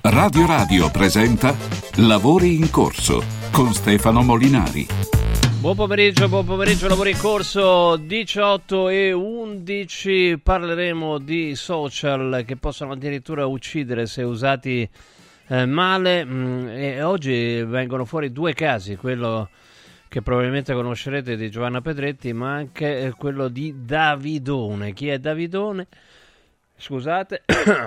Radio Radio presenta Lavori in corso con Stefano Molinari. Buon pomeriggio, lavori in corso 18 e 11. Parleremo di social che possono addirittura uccidere se usati male, e oggi vengono fuori due casi, quello che probabilmente conoscerete di Giovanna Pedretti, ma anche quello di Davidone. Chi è Davidone? Scusate.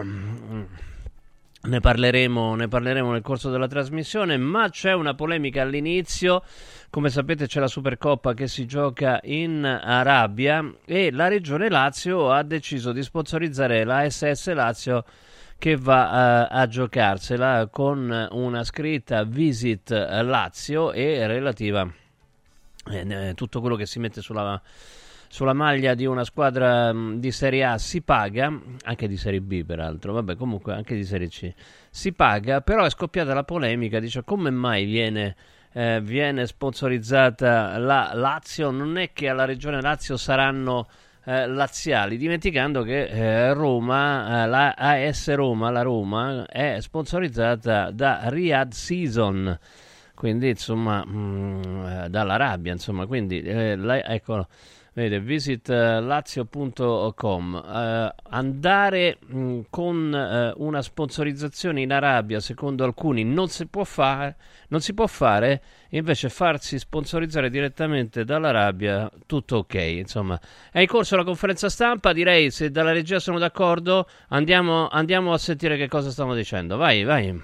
Ne parleremo nel corso della trasmissione, ma c'è una polemica all'inizio. Come sapete c'è la Supercoppa che si gioca in Arabia e la Regione Lazio ha deciso di sponsorizzare la SS Lazio che va a giocarsela con una scritta Visit Lazio e relativa tutto quello che si mette sulla maglia di una squadra di Serie A si paga, anche di Serie B peraltro, vabbè, comunque anche di Serie C si paga. Però è scoppiata la polemica, dice: come mai viene sponsorizzata la Lazio? Non è che alla Regione Lazio saranno laziali, dimenticando che Roma, la AS Roma, la Roma è sponsorizzata da Riyadh Season, quindi insomma dall'Arabia, insomma, quindi ecco. Vede, visitlazio.com. Andare con una sponsorizzazione in Arabia, secondo alcuni, non si può fare, invece farsi sponsorizzare direttamente dall'Arabia, tutto ok. Insomma, è in corso la conferenza stampa, direi, se dalla regia sono d'accordo, andiamo a sentire che cosa stanno dicendo. Vai.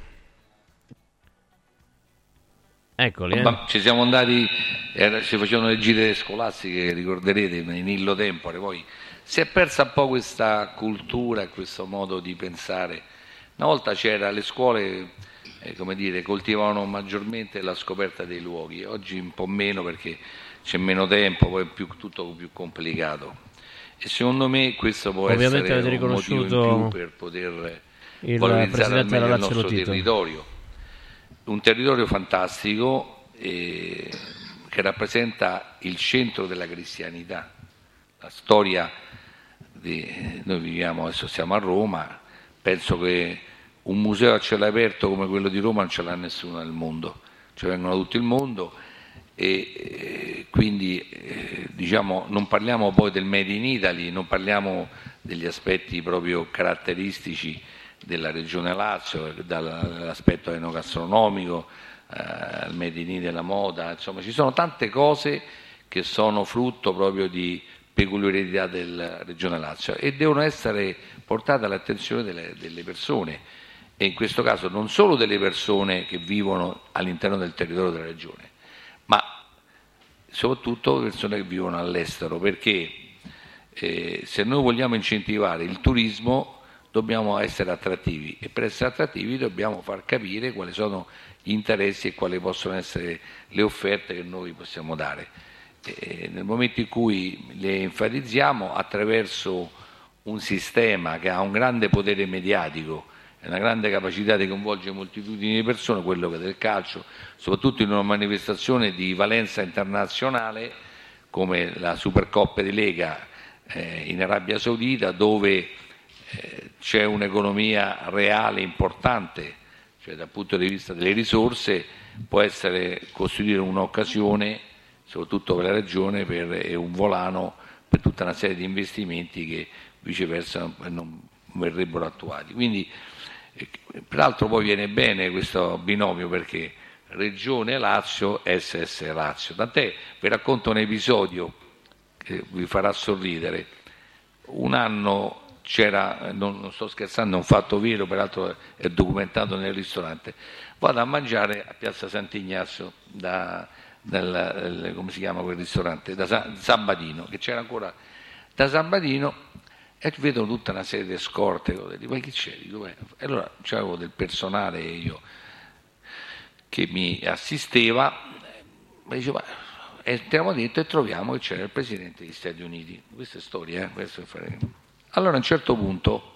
Eccoli, Ci siamo andati, si facevano le gite scolastiche, ricorderete, in illo tempore, poi si è persa un po' questa cultura e questo modo di pensare. Una volta le scuole coltivavano maggiormente la scoperta dei luoghi, oggi un po' meno perché c'è meno tempo, poi è tutto più complicato. E secondo me questo può essere un motivo in più per poter valorizzare al meglio il nostro territorio. Un territorio fantastico che rappresenta il centro della cristianità, la storia noi viviamo, adesso siamo a Roma, penso che un museo a cielo aperto come quello di Roma non ce l'ha nessuno nel mondo, cioè vengono da tutto il mondo e quindi non parliamo poi del Made in Italy, non parliamo degli aspetti proprio caratteristici della regione Lazio, dall'aspetto enogastronomico al Made in Italy della moda, insomma ci sono tante cose che sono frutto proprio di peculiarità della regione Lazio e devono essere portate all'attenzione delle persone, e in questo caso non solo delle persone che vivono all'interno del territorio della regione, ma soprattutto persone che vivono all'estero, perché se noi vogliamo incentivare il turismo dobbiamo essere attrattivi e per essere attrattivi dobbiamo far capire quali sono gli interessi e quali possono essere le offerte che noi possiamo dare. E nel momento in cui le enfatizziamo attraverso un sistema che ha un grande potere mediatico e una grande capacità di coinvolgere moltitudini di persone, quello che è del calcio, soprattutto in una manifestazione di valenza internazionale come la Supercoppa di Lega in Arabia Saudita, dove c'è un'economia reale importante, cioè dal punto di vista delle risorse può costituire un'occasione soprattutto per la regione e un volano per tutta una serie di investimenti che viceversa non verrebbero attuati. Quindi peraltro poi viene bene questo binomio, perché Regione Lazio, SS Lazio, tant'è, vi racconto un episodio che vi farà sorridere. Un anno non sto scherzando, è un fatto vero, peraltro è documentato nel ristorante, vado a mangiare a Piazza Sant'Ignazio come si chiama quel ristorante? Da Sabatino, che c'era ancora da Sabatino, e vedo tutta una serie di scorte, dico, ma chi c'è? E allora c'avevo del personale io che mi assisteva, mi diceva, entriamo dentro e troviamo che c'era il Presidente degli Stati Uniti. Questa è storia, questo è fare. Allora a un certo punto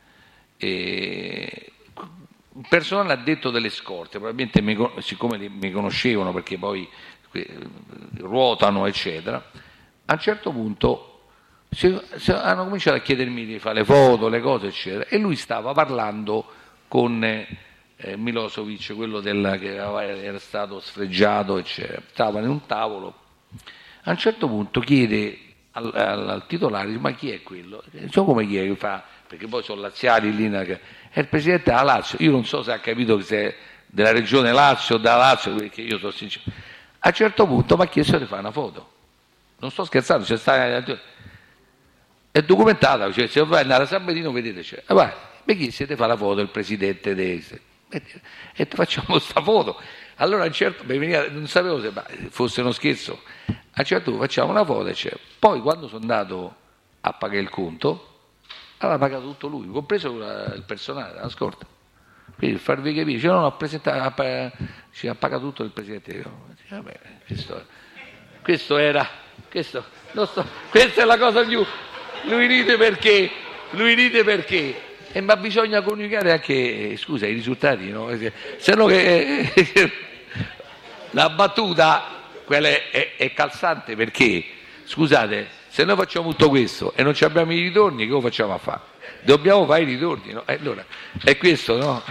il personale ha detto delle scorte, probabilmente siccome mi conoscevano perché poi ruotano eccetera, a un certo punto hanno cominciato a chiedermi di fare le foto, le cose eccetera, e lui stava parlando con Milosevic, quello che era stato sfregiato, eccetera. Stavano in un tavolo, a un certo punto chiede al titolare, ma chi è quello? So come chi è che fa, perché poi sono laziali lì, è il presidente della Lazio. Io non so se ha capito se è della regione Lazio o da Lazio, perché io sono sincero. A un certo punto mi ha chiesto di fare una foto, non sto scherzando, è documentata, cioè, se vai andare a San Benedino vedete, cioè, vai, mi chiese di fare la foto del presidente e ti facciamo sta foto. Allora a un certo non sapevo se fosse uno scherzo, a un certo punto facciamo una foto, cioè. Poi quando sono andato a pagare il conto aveva pagato tutto lui, compreso il personale della scorta. Quindi per farvi capire, cioè, non ho presentato, ha pagato tutto il presidente. Vabbè, questa è la cosa più. Lui ride perché ma bisogna coniugare anche, i risultati, no? Se no la battuta quella è calzante, perché scusate, se noi facciamo tutto questo e non abbiamo i ritorni, che lo facciamo a fare? Dobbiamo fare i ritorni, no? Allora, è questo, no?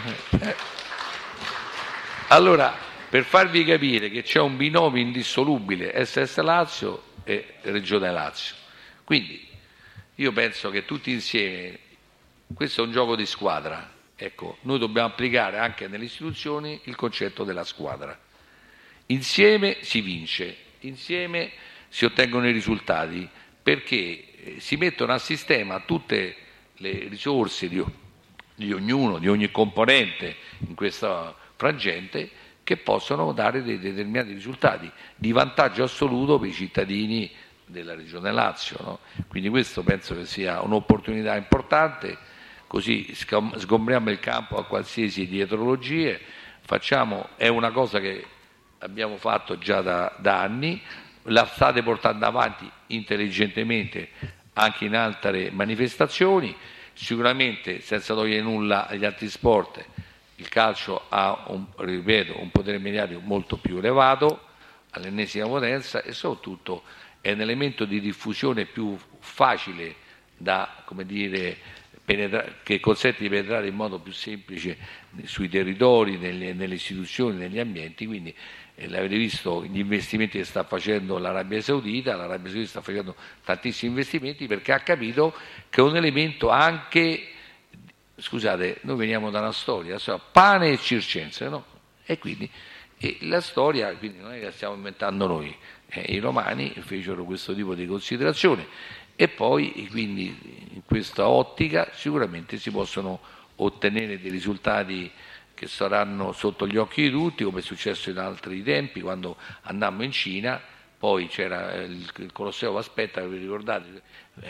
Allora, per farvi capire che c'è un binomio indissolubile SS Lazio e Regione Lazio, quindi io penso che tutti insieme, questo è un gioco di squadra, ecco, noi dobbiamo applicare anche nelle istituzioni il concetto della squadra. Insieme si vince, insieme si ottengono i risultati, perché si mettono a sistema tutte le risorse di ognuno, di ogni componente in questo frangente, che possono dare dei determinati risultati di vantaggio assoluto per i cittadini della Regione Lazio, no? Quindi questo penso che sia un'opportunità importante, così sgombriamo il campo a qualsiasi dietrologie, è una cosa che abbiamo fatto già da anni, la state portando avanti intelligentemente anche in altre manifestazioni, sicuramente senza togliere nulla agli altri sport, il calcio ha un potere mediatico molto più elevato, all'ennesima potenza, e soprattutto è un elemento di diffusione più facile da, come dire, che consente di penetrare in modo più semplice sui territori, nelle istituzioni, negli ambienti. Quindi l'avete visto gli investimenti che sta facendo l'Arabia Saudita sta facendo tantissimi investimenti perché ha capito che è un elemento anche, scusate, noi veniamo da una storia, pane e circense, no? E quindi la storia, quindi non è che la stiamo inventando noi, i romani fecero questo tipo di considerazione, e poi quindi in questa ottica sicuramente si possono ottenere dei risultati che saranno sotto gli occhi di tutti, come è successo in altri tempi quando andammo in Cina. Poi c'era il Colosseo Vaspetta, vi ricordate,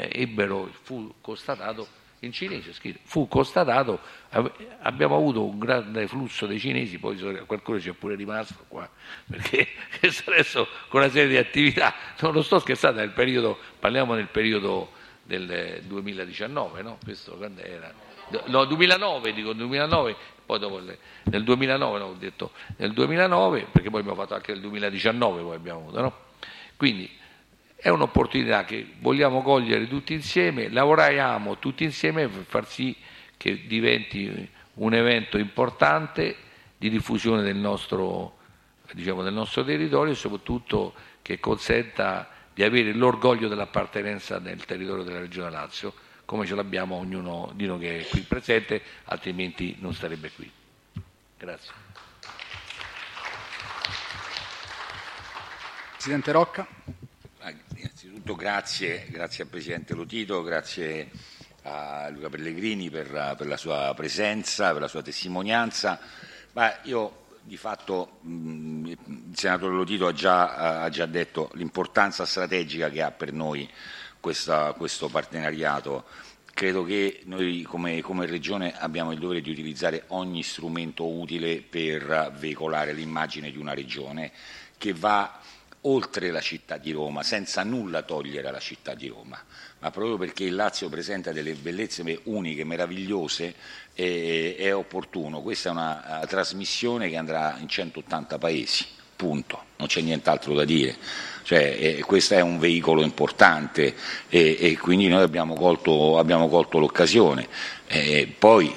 fu constatato in cinese, fu constatato, abbiamo avuto un grande flusso dei cinesi, poi qualcuno c'è pure rimasto qua, perché adesso con una serie di attività, non lo sto scherzando, parliamo del periodo del 2019, no? Questo quando era? No, 2009, poi dopo nel 2009, no, ho detto nel 2009, perché poi abbiamo fatto anche nel 2019, poi abbiamo avuto, no? Quindi è un'opportunità che vogliamo cogliere tutti insieme, lavoriamo tutti insieme per far sì che diventi un evento importante di diffusione del nostro territorio, e soprattutto che consenta di avere l'orgoglio dell'appartenenza nel territorio della Regione Lazio, come ce l'abbiamo ognuno di noi che è qui presente, altrimenti non starebbe qui. Grazie. Presidente Rocca. Innanzitutto grazie al Presidente Lotito, grazie a Luca Pellegrini per la sua presenza, per la sua testimonianza. Ma io di fatto il Senatore Lotito ha già detto l'importanza strategica che ha per noi questo partenariato. Credo che noi come Regione abbiamo il dovere di utilizzare ogni strumento utile per veicolare l'immagine di una Regione che va oltre la città di Roma, senza nulla togliere alla città di Roma, ma proprio perché il Lazio presenta delle bellezze uniche, meravigliose, è opportuno. Questa è una trasmissione che andrà in 180 paesi, punto, non c'è nient'altro da dire. Questo è un veicolo importante e quindi noi abbiamo colto l'occasione. Poi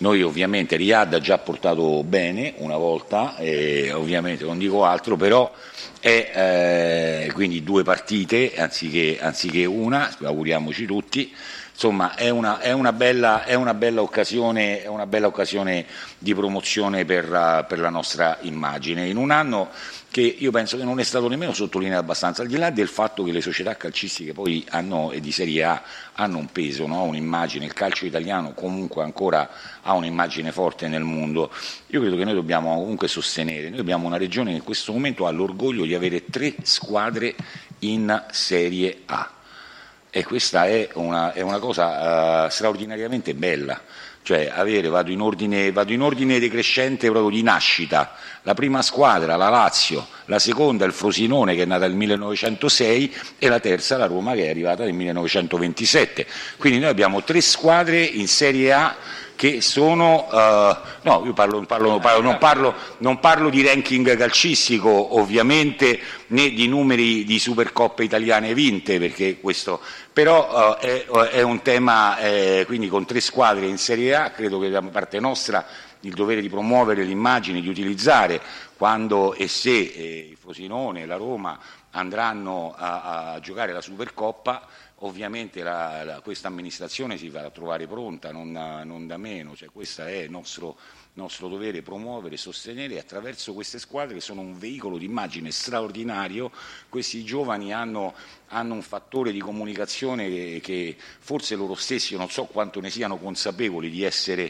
Noi ovviamente Riyadh ha già portato bene una volta, ovviamente non dico altro, però è quindi 2 partite anziché una, auguriamoci tutti. Insomma, è una bella occasione di promozione per la nostra immagine, in un anno che io penso che non è stato nemmeno sottolineato abbastanza, al di là del fatto che le società calcistiche poi hanno, e di Serie A, hanno un peso, no? Un'immagine, il calcio italiano comunque ancora ha un'immagine forte nel mondo. Io credo che noi dobbiamo comunque sostenere, noi abbiamo una regione che in questo momento ha l'orgoglio di avere 3 squadre in Serie A. E questa è una cosa straordinariamente bella, cioè vado in ordine decrescente proprio di nascita. La prima squadra, la Lazio, la seconda il Frosinone che è nata nel 1906 e la terza la Roma che è arrivata nel 1927. Quindi noi abbiamo 3 squadre in Serie A che sono, no, io non parlo di ranking calcistico ovviamente, né di numeri di Supercoppe italiane vinte, perché questo, però è un tema, quindi con 3 squadre in Serie A credo che da parte nostra il dovere di promuovere l'immagine, di utilizzare quando e se il Frosinone e la Roma andranno a giocare la Supercoppa. Ovviamente questa amministrazione si va a trovare pronta, non da meno, cioè questo è il nostro dovere, promuovere, sostenere attraverso queste squadre che sono un veicolo di immagine straordinario. Questi giovani hanno un fattore di comunicazione che forse loro stessi, non so quanto ne siano consapevoli, di essere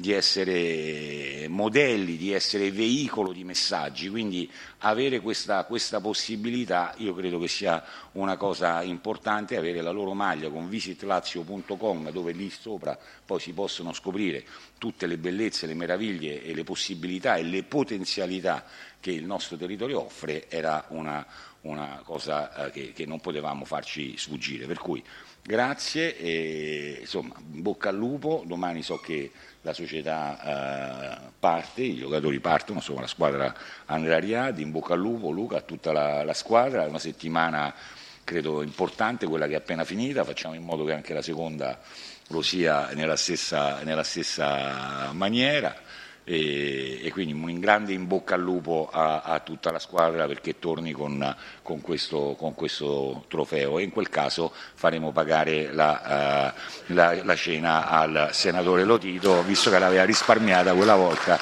modelli, di essere veicolo di messaggi, quindi avere questa possibilità io credo che sia una cosa importante, avere la loro maglia con visitlazio.com, dove lì sopra poi si possono scoprire tutte le bellezze, le meraviglie e le possibilità e le potenzialità che il nostro territorio offre, era una cosa che non potevamo farci sfuggire. Per cui grazie e insomma in bocca al lupo. Domani so che la società parte, i giocatori partono, insomma la squadra andrà a Riyadh. In bocca al lupo Luca, a tutta la squadra. È una settimana credo importante quella che è appena finita, facciamo in modo che anche la seconda lo sia nella stessa maniera. E quindi un grande in bocca al lupo a tutta la squadra perché torni con questo trofeo, e in quel caso faremo pagare la cena al senatore Lotito, visto che l'aveva risparmiata quella volta.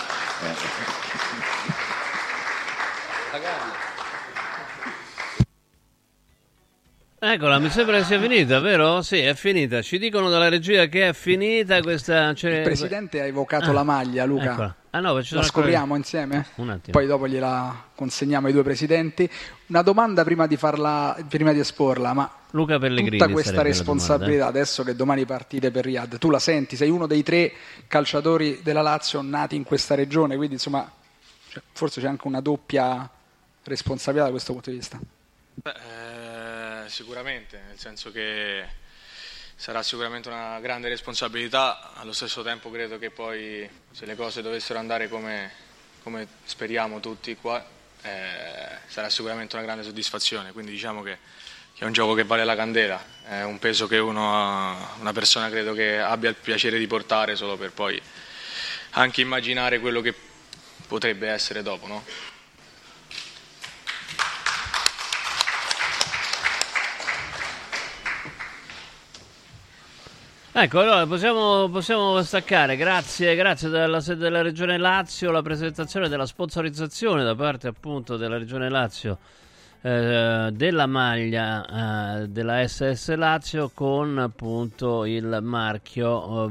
Eccola, mi sembra che sia finita, vero? Sì, è finita. Ci dicono dalla regia che è finita questa... Il Presidente ha evocato la maglia, Luca. Eccola. No, la scopriamo insieme? Un attimo. Poi dopo gliela consegniamo ai 2 presidenti. Una domanda prima di esporla, ma Luca Pellegrini, tutta questa responsabilità, adesso che domani partite per Riyadh, tu la senti? Sei uno dei 3 calciatori della Lazio nati in questa regione, quindi insomma forse c'è anche una doppia responsabilità da questo punto di vista. Sicuramente, nel senso che sarà sicuramente una grande responsabilità, allo stesso tempo credo che poi se le cose dovessero andare come speriamo tutti qua, sarà sicuramente una grande soddisfazione, quindi diciamo che è un gioco che vale la candela, è un peso che una persona credo che abbia il piacere di portare solo per poi anche immaginare quello che potrebbe essere dopo, no? Ecco, allora possiamo staccare. Grazie dalla sede della Regione Lazio, la presentazione della sponsorizzazione da parte appunto della Regione Lazio della maglia della SS Lazio con appunto il marchio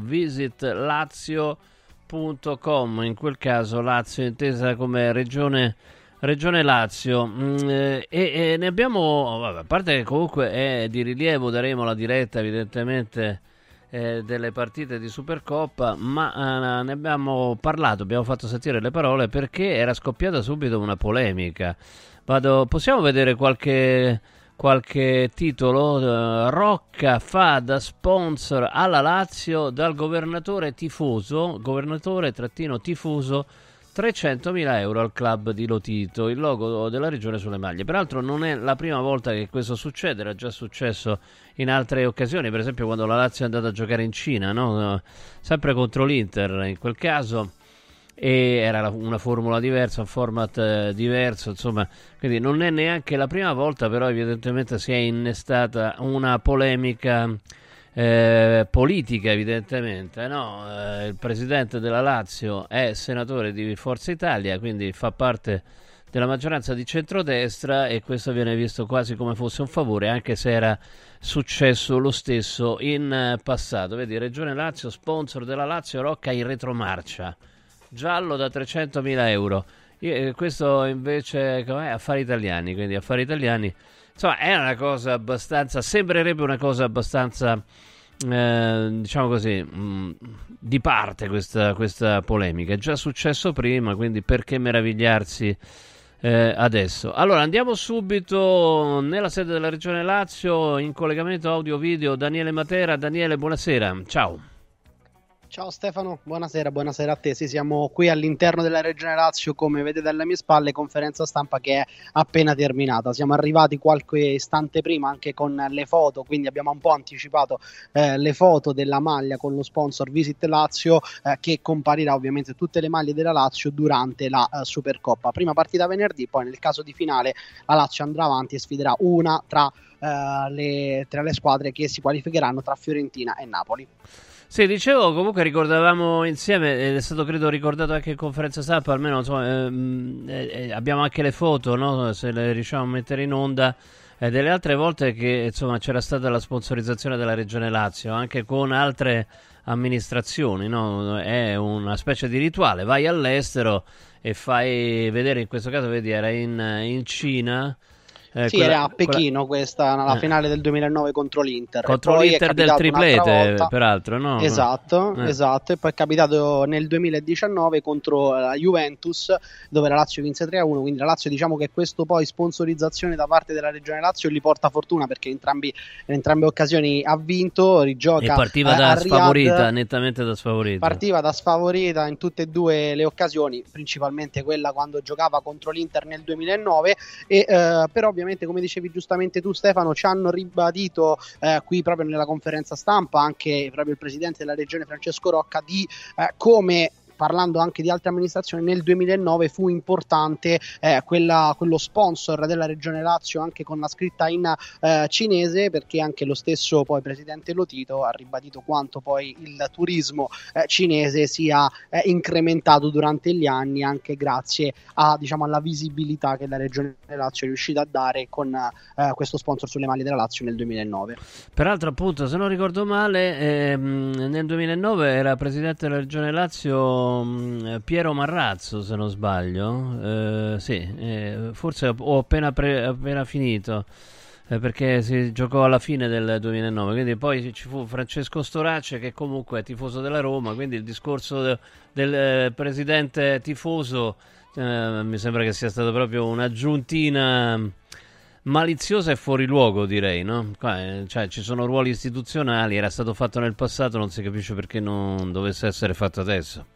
visitlazio.com, in quel caso Lazio intesa come Regione Lazio, e ne abbiamo, a parte che comunque è di rilievo, daremo la diretta evidentemente delle partite di Supercoppa, ma ne abbiamo parlato, abbiamo fatto sentire le parole perché era scoppiata subito una polemica. Possiamo vedere qualche titolo? Rocca fa da sponsor alla Lazio dal governatore-tifoso 300.000 euro al club di Lotito, il logo della regione sulle maglie. Peraltro non è la prima volta che questo succede, era già successo in altre occasioni, per esempio quando la Lazio è andata a giocare in Cina, no? Sempre contro l'Inter in quel caso, e era una formula diversa, un format diverso, insomma, quindi non è neanche la prima volta, però evidentemente si è innestata una polemica politica, evidentemente, no? Il presidente della Lazio è senatore di Forza Italia, quindi fa parte della maggioranza di centrodestra, e questo viene visto quasi come fosse un favore, anche se era successo lo stesso in passato. Vedi, Regione Lazio, sponsor della Lazio, Rocca in retromarcia, giallo da 300.000 euro. Questo invece è Affari Italiani, quindi Affari Italiani, insomma, è una cosa abbastanza, sembrerebbe una cosa abbastanza diciamo così, di parte questa polemica. È già successo prima, quindi perché meravigliarsi adesso? Allora andiamo subito nella sede della Regione Lazio, in collegamento audio-video Daniele Matera. Daniele, buonasera, ciao. Ciao Stefano, buonasera a te. Sì, siamo qui all'interno della Regione Lazio, come vedete alle mie spalle, conferenza stampa che è appena terminata. Siamo arrivati qualche istante prima anche con le foto, quindi abbiamo un po' anticipato le foto della maglia con lo sponsor Visit Lazio, che comparirà ovviamente tutte le maglie della Lazio durante la Supercoppa. Prima partita venerdì, poi nel caso di finale la Lazio andrà avanti e sfiderà una tra le squadre che si qualificheranno tra Fiorentina e Napoli. Sì, dicevo, comunque ricordavamo insieme, ed è stato credo ricordato anche in conferenza stampa, almeno insomma, abbiamo anche le foto, no? Se le riusciamo a mettere in onda, delle altre volte che insomma c'era stata la sponsorizzazione della Regione Lazio, anche con altre amministrazioni, no? È una specie di rituale, vai all'estero e fai vedere, in questo caso vedi era in Cina. Sì, era a Pechino questa, la finale del 2009 contro l'Inter. Contro l'Inter del triplete, peraltro, no? Esatto, e poi è capitato nel 2019 contro la Juventus, dove la Lazio vinse 3-1, quindi la Lazio, diciamo che questo poi sponsorizzazione da parte della Regione Lazio gli porta fortuna, perché in entrambe occasioni ha vinto, rigioca. E partiva da sfavorita, nettamente da sfavorita. Partiva da sfavorita in tutte e due le occasioni, principalmente quella quando giocava contro l'Inter nel 2009, e però ovviamente, come dicevi giustamente tu Stefano, ci hanno ribadito qui proprio nella conferenza stampa anche proprio il presidente della regione Francesco Rocca di come, parlando anche di altre amministrazioni, nel 2009 fu importante quello sponsor della Regione Lazio, anche con la scritta in cinese, perché anche lo stesso poi presidente Lotito ha ribadito quanto poi il turismo cinese sia incrementato durante gli anni, anche grazie a, diciamo, alla visibilità che la Regione Lazio è riuscita a dare con questo sponsor sulle maglie della Lazio nel 2009. Peraltro, appunto, se non ricordo male, nel 2009 era presidente della Regione Lazio Piero Marrazzo, se non sbaglio, forse ho appena finito, perché si giocò alla fine del 2009, quindi poi ci fu Francesco Storace, che comunque è tifoso della Roma, quindi il discorso del presidente tifoso mi sembra che sia stata proprio un'aggiuntina maliziosa e fuori luogo, direi, no? Cioè, ci sono ruoli istituzionali, era stato fatto nel passato, non si capisce perché non dovesse essere fatto adesso.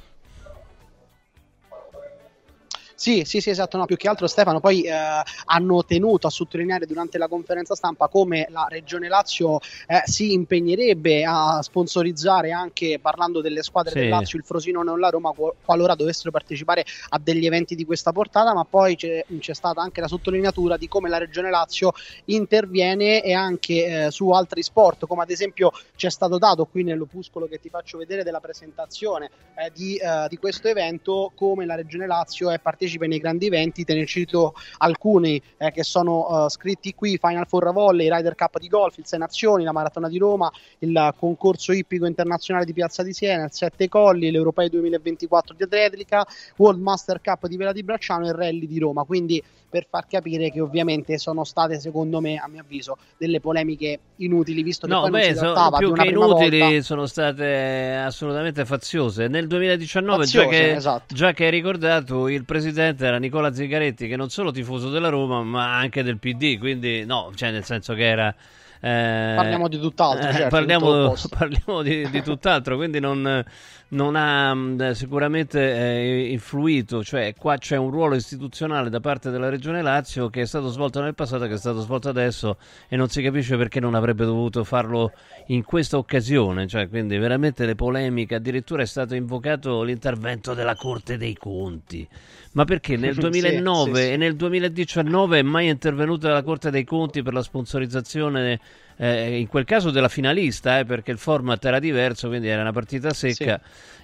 Sì, esatto, no, più che altro Stefano, poi hanno tenuto a sottolineare durante la conferenza stampa come la Regione Lazio si impegnerebbe a sponsorizzare, anche parlando delle squadre del Lazio, il Frosinone o la Roma, qualora dovessero partecipare a degli eventi di questa portata, ma poi c'è stata anche la sottolineatura di come la Regione Lazio interviene e anche su altri sport, come ad esempio c'è stato dato qui nell'opuscolo che ti faccio vedere della presentazione di questo evento, come la Regione Lazio è partecipa nei grandi eventi. Te ne cito alcuni che sono scritti qui: Final Four Volley, il Ryder Cup di golf, il 6 Nazioni, la Maratona di Roma, il concorso ippico internazionale di Piazza di Siena, il 7 Colli, l'Europei 2024 di atletica, World Master Cup di Vela di Bracciano e il Rally di Roma. Quindi, per far capire che ovviamente sono state, secondo me, a mio avviso, delle polemiche inutili, visto che poi non si trattava più di una che prima inutili volta. Sono state assolutamente faziose. Nel 2019, Esatto. già che hai ricordato, il presidente era Nicola Zingaretti, che non solo tifoso della Roma ma anche del PD, quindi no, cioè nel senso che era Parliamo di tutt'altro, certo, parliamo di tutt'altro, quindi non ha sicuramente influito, cioè qua c'è un ruolo istituzionale da parte della Regione Lazio che è stato svolto nel passato, che è stato svolto adesso, e non si capisce perché non avrebbe dovuto farlo in questa occasione, cioè, quindi veramente le polemiche, addirittura è stato invocato l'intervento della Corte dei Conti. Ma perché nel 2009 sì. e nel 2019 è mai intervenuta la Corte dei Conti per la sponsorizzazione, in quel caso della finalista, perché il format era diverso, quindi era una partita secca,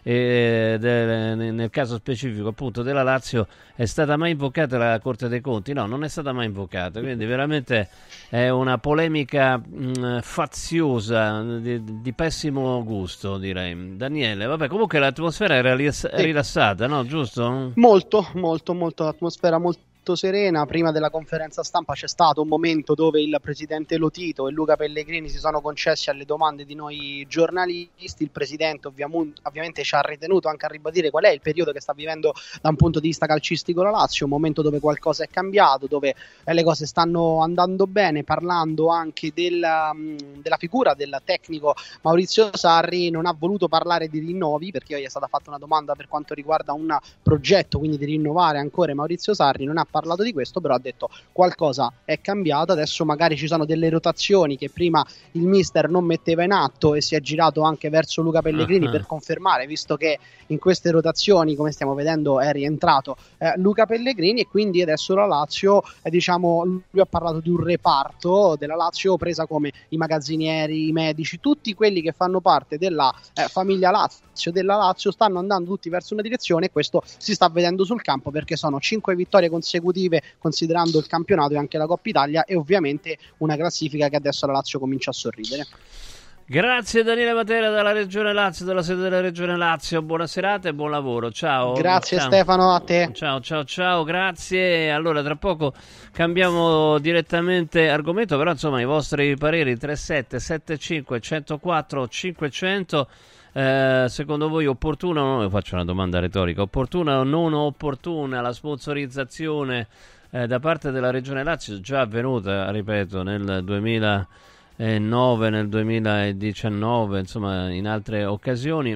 nel caso specifico appunto della Lazio è stata mai invocata la Corte dei Conti? No, non è stata mai invocata, quindi veramente è una polemica faziosa, di pessimo gusto, direi. Daniele, vabbè, comunque l'atmosfera era rilassata, no? Giusto? Molto, l'atmosfera molto serena. Prima della conferenza stampa c'è stato un momento dove il presidente Lotito e Luca Pellegrini si sono concessi alle domande di noi giornalisti. Il presidente ovviamente ci ha ritenuto anche a ribadire qual è il periodo che sta vivendo da un punto di vista calcistico la Lazio, un momento dove qualcosa è cambiato, dove le cose stanno andando bene, parlando anche della figura del tecnico Maurizio Sarri. Non ha voluto parlare di rinnovi perché gli è stata fatta una domanda per quanto riguarda un progetto, quindi di rinnovare ancora Maurizio Sarri. Non ha parlato di questo, però ha detto qualcosa è cambiato, adesso magari ci sono delle rotazioni che prima il mister non metteva in atto, e si è girato anche verso Luca Pellegrini per confermare, visto che in queste rotazioni, come stiamo vedendo, è rientrato Luca Pellegrini, e quindi adesso la Lazio, lui ha parlato di un reparto della Lazio presa come i magazzinieri, i medici, tutti quelli che fanno parte della famiglia Lazio, della Lazio, stanno andando tutti verso una direzione, e questo si sta vedendo sul campo, perché sono 5 vittorie consecutive considerando il campionato e anche la Coppa Italia, e ovviamente una classifica che adesso la Lazio comincia a sorridere. Grazie Daniele Matera dalla Regione Lazio, dalla sede della Regione Lazio, buona serata e buon lavoro, ciao. Grazie ciao. Stefano, a te. Ciao, grazie. Allora tra poco cambiamo direttamente argomento, però insomma i vostri pareri 3775 104 500. Secondo voi opportuna o no? Faccio una domanda retorica: opportuna o non opportuna la sponsorizzazione da parte della Regione Lazio, già avvenuta, ripeto, nel 2009, nel 2019, insomma in altre occasioni?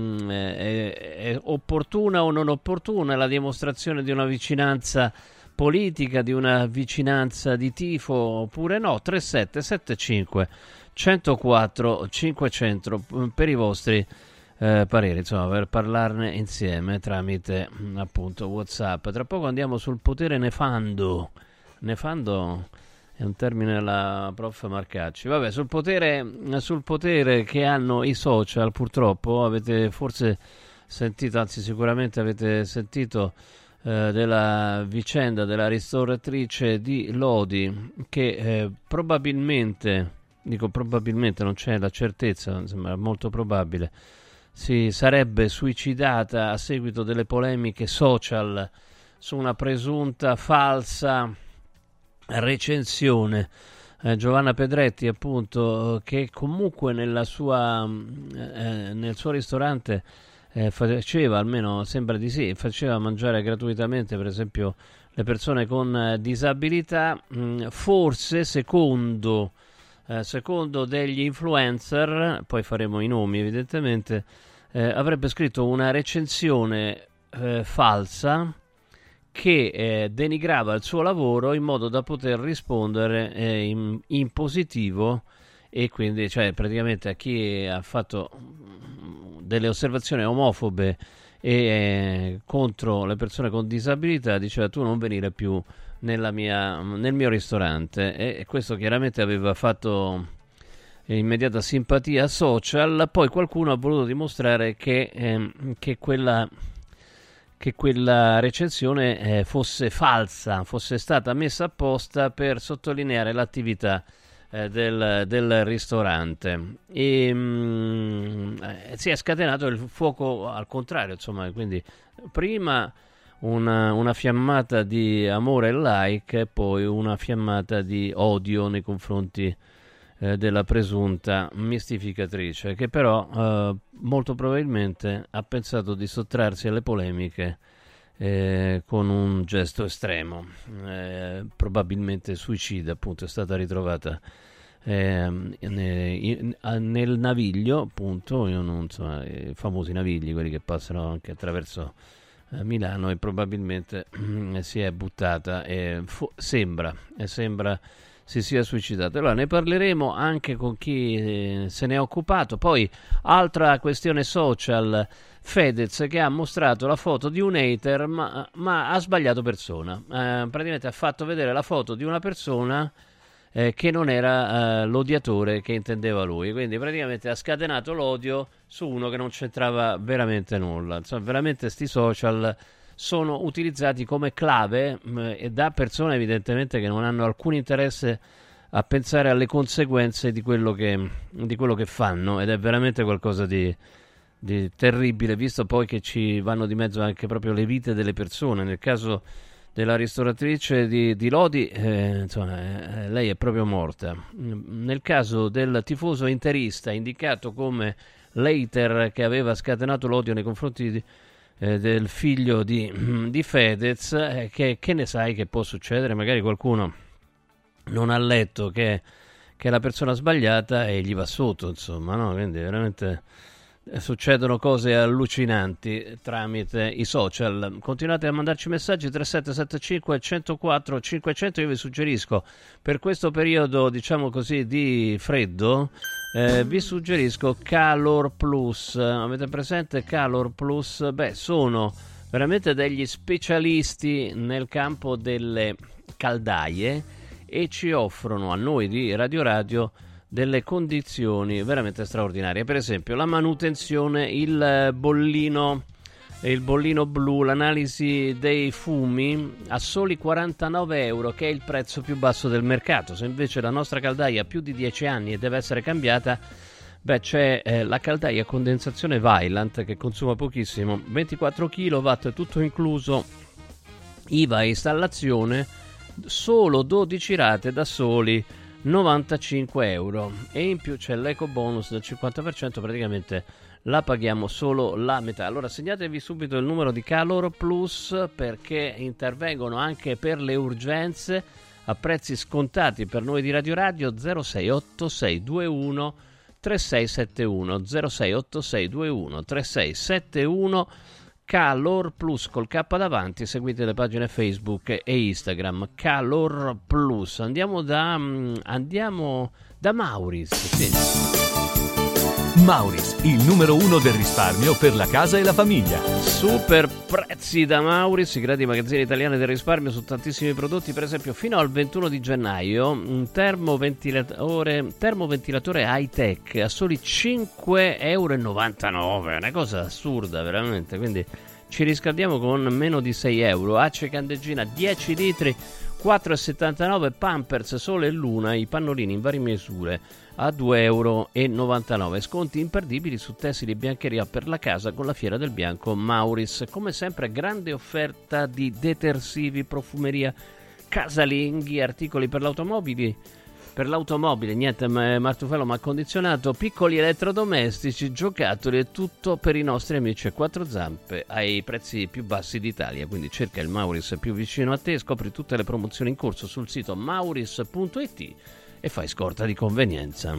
È opportuna o non opportuna la dimostrazione di una vicinanza politica, di una vicinanza di tifo, oppure no? 3775 104 500 per i vostri pareri, insomma, per parlarne insieme tramite appunto WhatsApp. Tra poco andiamo sul potere nefando è un termine alla prof Marcacci. Vabbè, sul potere che hanno i social, purtroppo avete forse sentito, anzi sicuramente avete sentito della vicenda della ristoratrice di Lodi che probabilmente, dico probabilmente, non c'è la certezza, sembra molto probabile, si sarebbe suicidata a seguito delle polemiche social su una presunta falsa recensione. Giovanna Pedretti, appunto, che comunque nel suo ristorante faceva, almeno sembra di sì, faceva mangiare gratuitamente per esempio le persone con disabilità, forse secondo degli influencer, poi faremo i nomi evidentemente, avrebbe scritto una recensione falsa che denigrava il suo lavoro in modo da poter rispondere in positivo, e quindi, cioè, praticamente a chi ha fatto delle osservazioni omofobe e contro le persone con disabilità diceva: tu non venire più nel mio ristorante. E questo chiaramente aveva fatto immediata simpatia social. Poi qualcuno ha voluto dimostrare che quella recensione fosse falsa, fosse stata messa apposta per sottolineare l'attività del ristorante, e si è scatenato il fuoco al contrario, insomma. Quindi prima una fiammata di amore e like, e poi una fiammata di odio nei confronti della presunta mistificatrice, che però molto probabilmente ha pensato di sottrarsi alle polemiche con un gesto estremo, probabilmente suicida, appunto. È stata ritrovata nel Naviglio, appunto, insomma, i famosi navigli, quelli che passano anche attraverso Milano, e probabilmente si è buttata e sembra si sia suicidata. Allora ne parleremo anche con chi se ne è occupato. Poi altra questione social, Fedez che ha mostrato la foto di un hater ma ha sbagliato persona, praticamente ha fatto vedere la foto di una persona che non era l'odiatore che intendeva lui, quindi praticamente ha scatenato l'odio su uno che non c'entrava veramente nulla. Insomma, veramente sti social sono utilizzati come clave e da persone evidentemente che non hanno alcun interesse a pensare alle conseguenze di quello che fanno, ed è veramente qualcosa di terribile, visto poi che ci vanno di mezzo anche proprio le vite delle persone. Nel caso della ristoratrice di Lodi, insomma, lei è proprio morta. Nel caso del tifoso interista indicato come l'hater che aveva scatenato l'odio nei confronti del figlio di Fedez, che ne sai che può succedere? Magari qualcuno non ha letto che è la persona sbagliata e gli va sotto, insomma, no? Quindi veramente succedono cose allucinanti tramite i social. Continuate a mandarci messaggi 3775 104 500. Io vi suggerisco, per questo periodo, diciamo così, di freddo, vi suggerisco Calor Plus. Avete presente Calor Plus? Beh, sono veramente degli specialisti nel campo delle caldaie e ci offrono a noi di Radio delle condizioni veramente straordinarie. Per esempio la manutenzione, il bollino blu, l'analisi dei fumi a soli 49 euro, che è il prezzo più basso del mercato. Se invece la nostra caldaia ha più di 10 anni e deve essere cambiata, c'è la caldaia a condensazione Vaillant che consuma pochissimo, 24 kW, tutto incluso, IVA e installazione, solo 12 rate da soli 95 euro, e in più c'è l'eco bonus del 50%, praticamente la paghiamo solo la metà. Allora segnatevi subito il numero di Calor Plus, perché intervengono anche per le urgenze a prezzi scontati per noi di Radio 068621 3671 068621 3671. Calor Plus col K davanti. Seguite le pagine Facebook e Instagram Calor Plus. Andiamo da Mauris, sì. Mauris, il numero 1 del risparmio per la casa e la famiglia. Super prezzi da Mauris, i grandi magazzini italiani del risparmio su tantissimi prodotti. Per esempio, fino al 21 di gennaio un termoventilatore high tech a soli 5,99 €, una cosa assurda veramente, quindi ci riscaldiamo con meno di 6 euro. Ace candeggina 10 litri 4,79 €, Pampers Sole e Luna, i pannolini in varie misure a 2,99 €. Sconti imperdibili su tessili e biancheria per la casa con la Fiera del Bianco Mauris. Come sempre grande offerta di detersivi, profumeria, casalinghi, articoli per l'automobile, niente martufello ma condizionato, piccoli elettrodomestici, giocattoli e tutto per i nostri amici a quattro zampe ai prezzi più bassi d'Italia. Quindi cerca il Mauris più vicino a te, scopri tutte le promozioni in corso sul sito mauris.it e fai scorta di convenienza.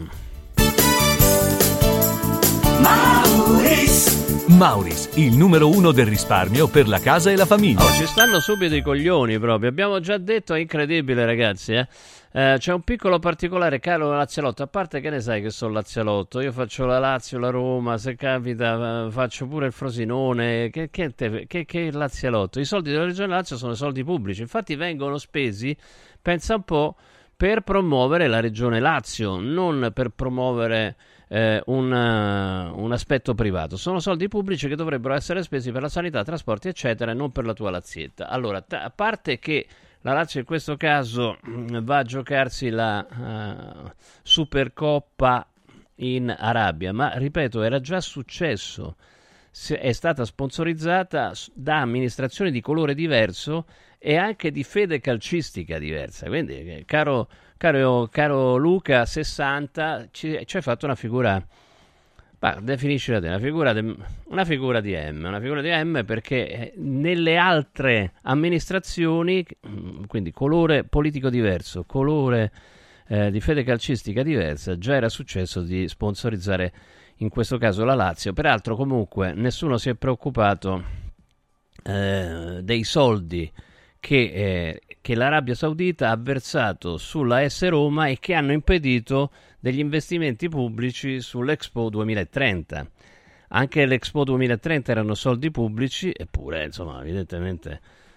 Mauris, il numero 1 del risparmio per la casa e la famiglia. Ci stanno subito i coglioni proprio. Abbiamo già detto, è incredibile ragazzi, c'è un piccolo particolare, caro Lazialotto, a parte che ne sai che sono Lazialotto, io faccio la Lazio, la Roma, se capita faccio pure il Frosinone, che Lazialotto. I soldi della Regione Lazio sono soldi pubblici, infatti vengono spesi, pensa un po', per promuovere la Regione Lazio, non per promuovere un aspetto privato. Sono soldi pubblici che dovrebbero essere spesi per la sanità, trasporti eccetera, e non per la tua Lazietta. Allora, a parte che la Lazio in questo caso va a giocarsi la Supercoppa in Arabia, ma ripeto, era già successo, è stata sponsorizzata da amministrazioni di colore diverso e anche di fede calcistica diversa, quindi caro Luca 60, ci hai fatto una figura, definiscila te, una figura di M, perché nelle altre amministrazioni, quindi colore politico diverso, colore di fede calcistica diversa, già era successo di sponsorizzare in questo caso la Lazio. Peraltro comunque nessuno si è preoccupato dei soldi che l'Arabia Saudita ha versato sulla AS Roma e che hanno impedito degli investimenti pubblici sull'Expo 2030. Anche l'Expo 2030 erano soldi pubblici, eppure insomma evidentemente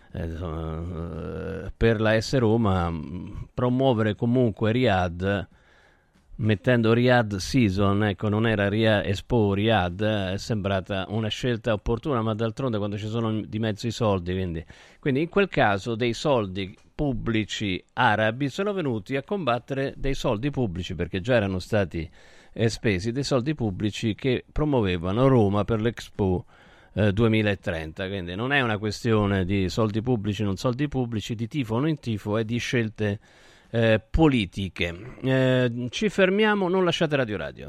per la AS Roma promuovere comunque Riyadh, mettendo Riyadh Season, ecco, non era Expo Riyadh, è sembrata una scelta opportuna, ma d'altronde quando ci sono di mezzo i soldi, quindi in quel caso dei soldi pubblici arabi sono venuti a combattere dei soldi pubblici, perché già erano stati spesi, dei soldi pubblici che promuovevano Roma per l'Expo 2030. Quindi non è una questione di soldi pubblici non soldi pubblici, di tifo o non tifo, è di scelte politiche. Ci fermiamo, non lasciate Radio.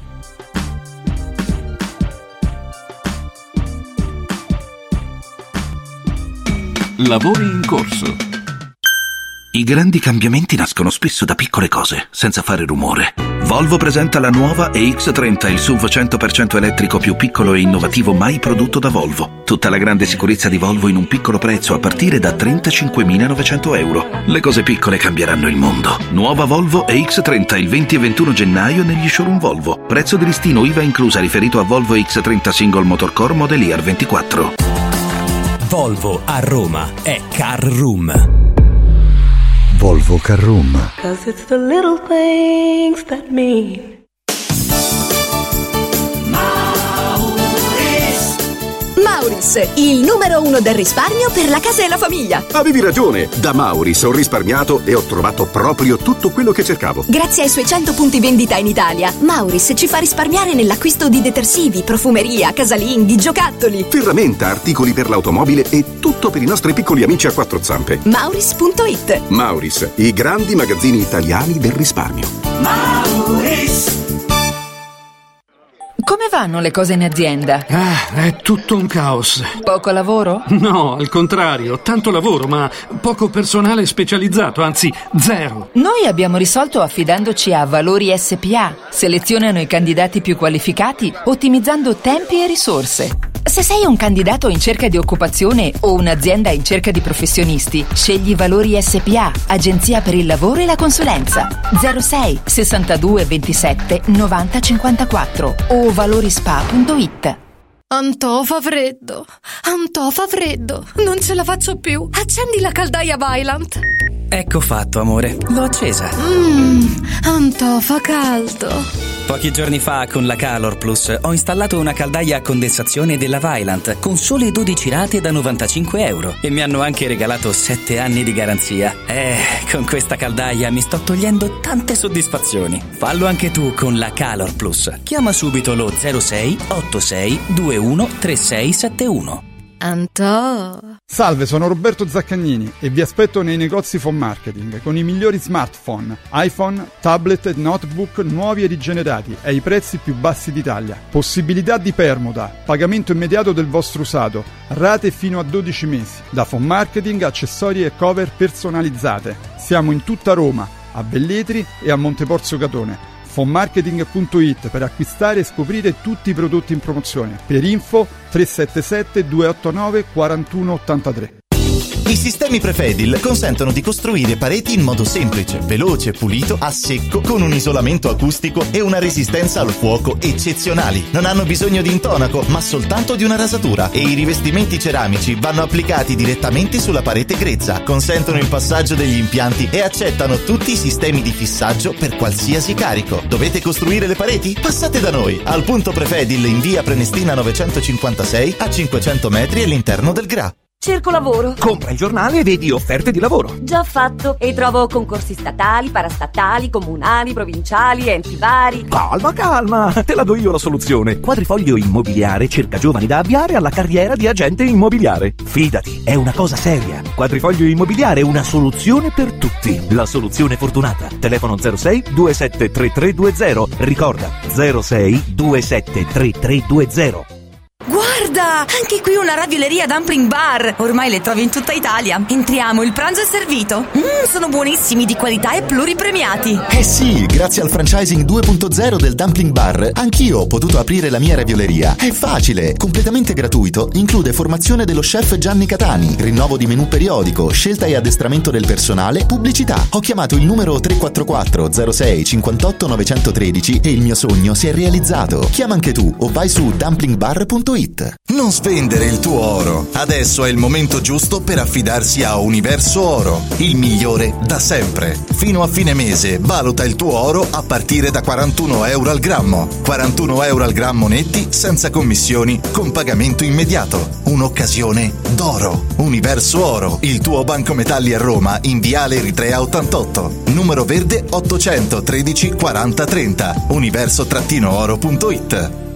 Lavori in corso. I grandi cambiamenti nascono spesso da piccole cose, senza fare rumore. Volvo presenta la nuova EX30, il SUV 100% elettrico più piccolo e innovativo mai prodotto da Volvo. Tutta la grande sicurezza di Volvo in un piccolo prezzo a partire da 35.900 euro. Le cose piccole cambieranno il mondo. Nuova Volvo EX30 il 20 e 21 gennaio negli showroom Volvo. Prezzo di listino IVA inclusa riferito a Volvo EX30 Single Motor Core Model Year 24. Volvo a Roma è Car Room. Volvo Car Room. 'Cause it's the little things that mean. Mauris, il numero 1 del risparmio per la casa e la famiglia. Avevi ragione, da Mauris ho risparmiato e ho trovato proprio tutto quello che cercavo. Grazie ai suoi 100 punti vendita in Italia, Mauris ci fa risparmiare nell'acquisto di detersivi, profumeria, casalinghi, giocattoli, ferramenta, articoli per l'automobile e tutto per i nostri piccoli amici a quattro zampe. Mauris.it. Mauris, i grandi magazzini italiani del risparmio. Mauris. Come vanno le cose in azienda? È tutto un caos. Poco lavoro? No, al contrario, tanto lavoro, ma poco personale specializzato, anzi zero. Noi abbiamo risolto affidandoci a Valori SPA. Selezionano i candidati più qualificati, ottimizzando tempi e risorse. Se sei un candidato in cerca di occupazione o un'azienda in cerca di professionisti, scegli Valori SPA, agenzia per il lavoro e la consulenza. 06 62 27 90 54 o valorispa.it. Antò fa freddo, non ce la faccio più. Accendi la caldaia Vaillant. Ecco fatto, amore, l'ho accesa. Antò fa caldo. Pochi giorni fa con la Calor Plus ho installato una caldaia a condensazione della Vaillant con sole 12 rate da 95 euro e mi hanno anche regalato 7 anni di garanzia. Con questa caldaia mi sto togliendo tante soddisfazioni. Fallo anche tu con la Calor Plus. Chiama subito lo 06 86 21 3671. Antò. Salve, sono Roberto Zaccagnini e vi aspetto nei negozi Phone Marketing con i migliori smartphone, iPhone, tablet e notebook nuovi e rigenerati ai prezzi più bassi d'Italia. Possibilità di permuta, pagamento immediato del vostro usato, rate fino a 12 mesi. Da Phone Marketing, accessori e cover personalizzate. Siamo in tutta Roma, a Velletri e a Monteporzio Catone. Fonmarketing.it per acquistare e scoprire tutti i prodotti in promozione. Per info 377 289 4183. I sistemi Prefedil consentono di costruire pareti in modo semplice, veloce, pulito, a secco, con un isolamento acustico e una resistenza al fuoco eccezionali. Non hanno bisogno di intonaco, ma soltanto di una rasatura, e i rivestimenti ceramici vanno applicati direttamente sulla parete grezza, consentono il passaggio degli impianti e accettano tutti i sistemi di fissaggio per qualsiasi carico. Dovete costruire le pareti? Passate da noi, al punto Prefedil in via Prenestina 956 a 500 metri all'interno del GRA. Cerco lavoro. Compra il giornale e vedi offerte di lavoro. Già fatto. E trovo concorsi statali, parastatali, comunali, provinciali, enti vari. Calma, te la do io la soluzione. Quadrifoglio Immobiliare cerca giovani da avviare alla carriera di agente immobiliare. Fidati, è una cosa seria. Quadrifoglio Immobiliare è una soluzione per tutti. La soluzione fortunata. Telefono 06 27 3320. Ricorda, 06 27 3320. Guarda, anche qui una ravioleria Dumpling Bar. Ormai le trovi in tutta Italia. Entriamo, il pranzo è servito. Sono buonissimi, di qualità e pluripremiati. Eh sì, grazie al franchising 2.0 del Dumpling Bar, anch'io ho potuto aprire la mia ravioleria. È facile, completamente gratuito, include formazione dello chef Gianni Catani, rinnovo di menù periodico, scelta e addestramento del personale, pubblicità. Ho chiamato il numero 344 06 58 913 e il mio sogno si è realizzato. Chiama anche tu o vai su dumplingbar.it. Non spendere il tuo oro. Adesso è il momento giusto per affidarsi a Universo Oro, il migliore da sempre. Fino a fine mese valuta il tuo oro a partire da 41 euro al grammo. 41 euro al grammo netti, senza commissioni, con pagamento immediato. Un'occasione d'oro. Universo Oro, il tuo banco metalli a Roma, in viale Eritrea 88. Numero verde 813 40 30. universo-oro.it.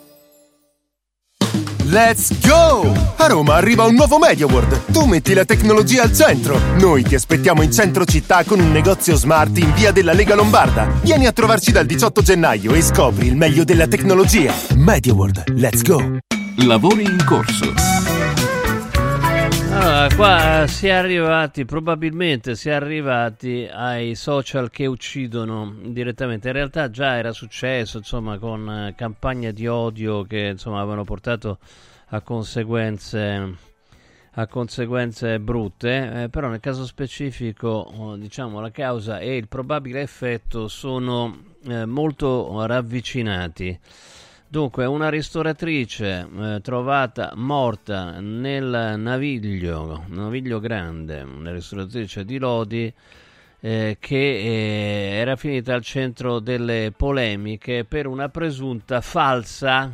Let's go! A Roma arriva un nuovo MediaWorld. Tu metti la tecnologia al centro. Noi ti aspettiamo in centro città con un negozio smart in via della Lega Lombarda. Vieni a trovarci dal 18 gennaio e scopri il meglio della tecnologia. MediaWorld, let's go! Lavori in corso. Allora, qua probabilmente si è arrivati ai social che uccidono direttamente. In realtà già era successo, insomma, con campagne di odio che, insomma, avevano portato a conseguenze brutte, però nel caso specifico, diciamo, la causa e il probabile effetto sono molto ravvicinati. Dunque, una ristoratrice trovata morta nel Naviglio Grande, una ristoratrice di Lodi, che era finita al centro delle polemiche per una presunta falsa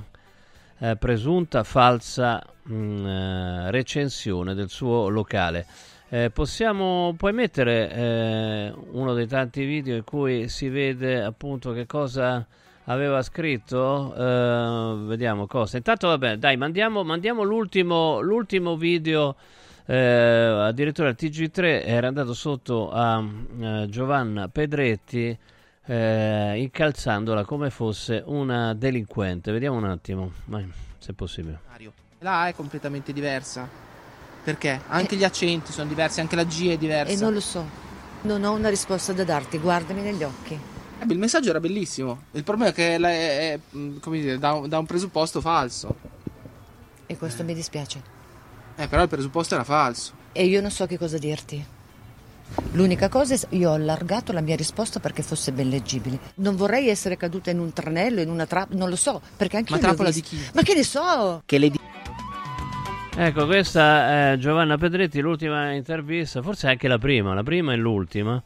recensione del suo locale. Puoi mettere uno dei tanti video in cui si vede appunto che cosa aveva scritto? Vediamo cosa. Intanto vabbè, dai, mandiamo l'ultimo video. Addirittura il TG3 era andato sotto a Giovanna Pedretti, incalzandola come fosse una delinquente. Vediamo un attimo, se è possibile. La A è completamente diversa. Perché? Anche gli accenti sono diversi, anche la G è diversa. E non lo so, non ho una risposta da darti, guardami negli occhi. Il messaggio era bellissimo. Il problema è che è come dire, da un presupposto falso. E questo mi dispiace. Però il presupposto era falso. E io non so che cosa dirti. L'unica cosa è io ho allargato la mia risposta perché fosse ben leggibile. Non vorrei essere caduta in un tranello, in una trappola, non lo so, perché anche Ma io trappola di chi? Ma che ne so? Ecco, questa è Giovanna Pedretti, l'ultima intervista, forse anche la prima e l'ultima,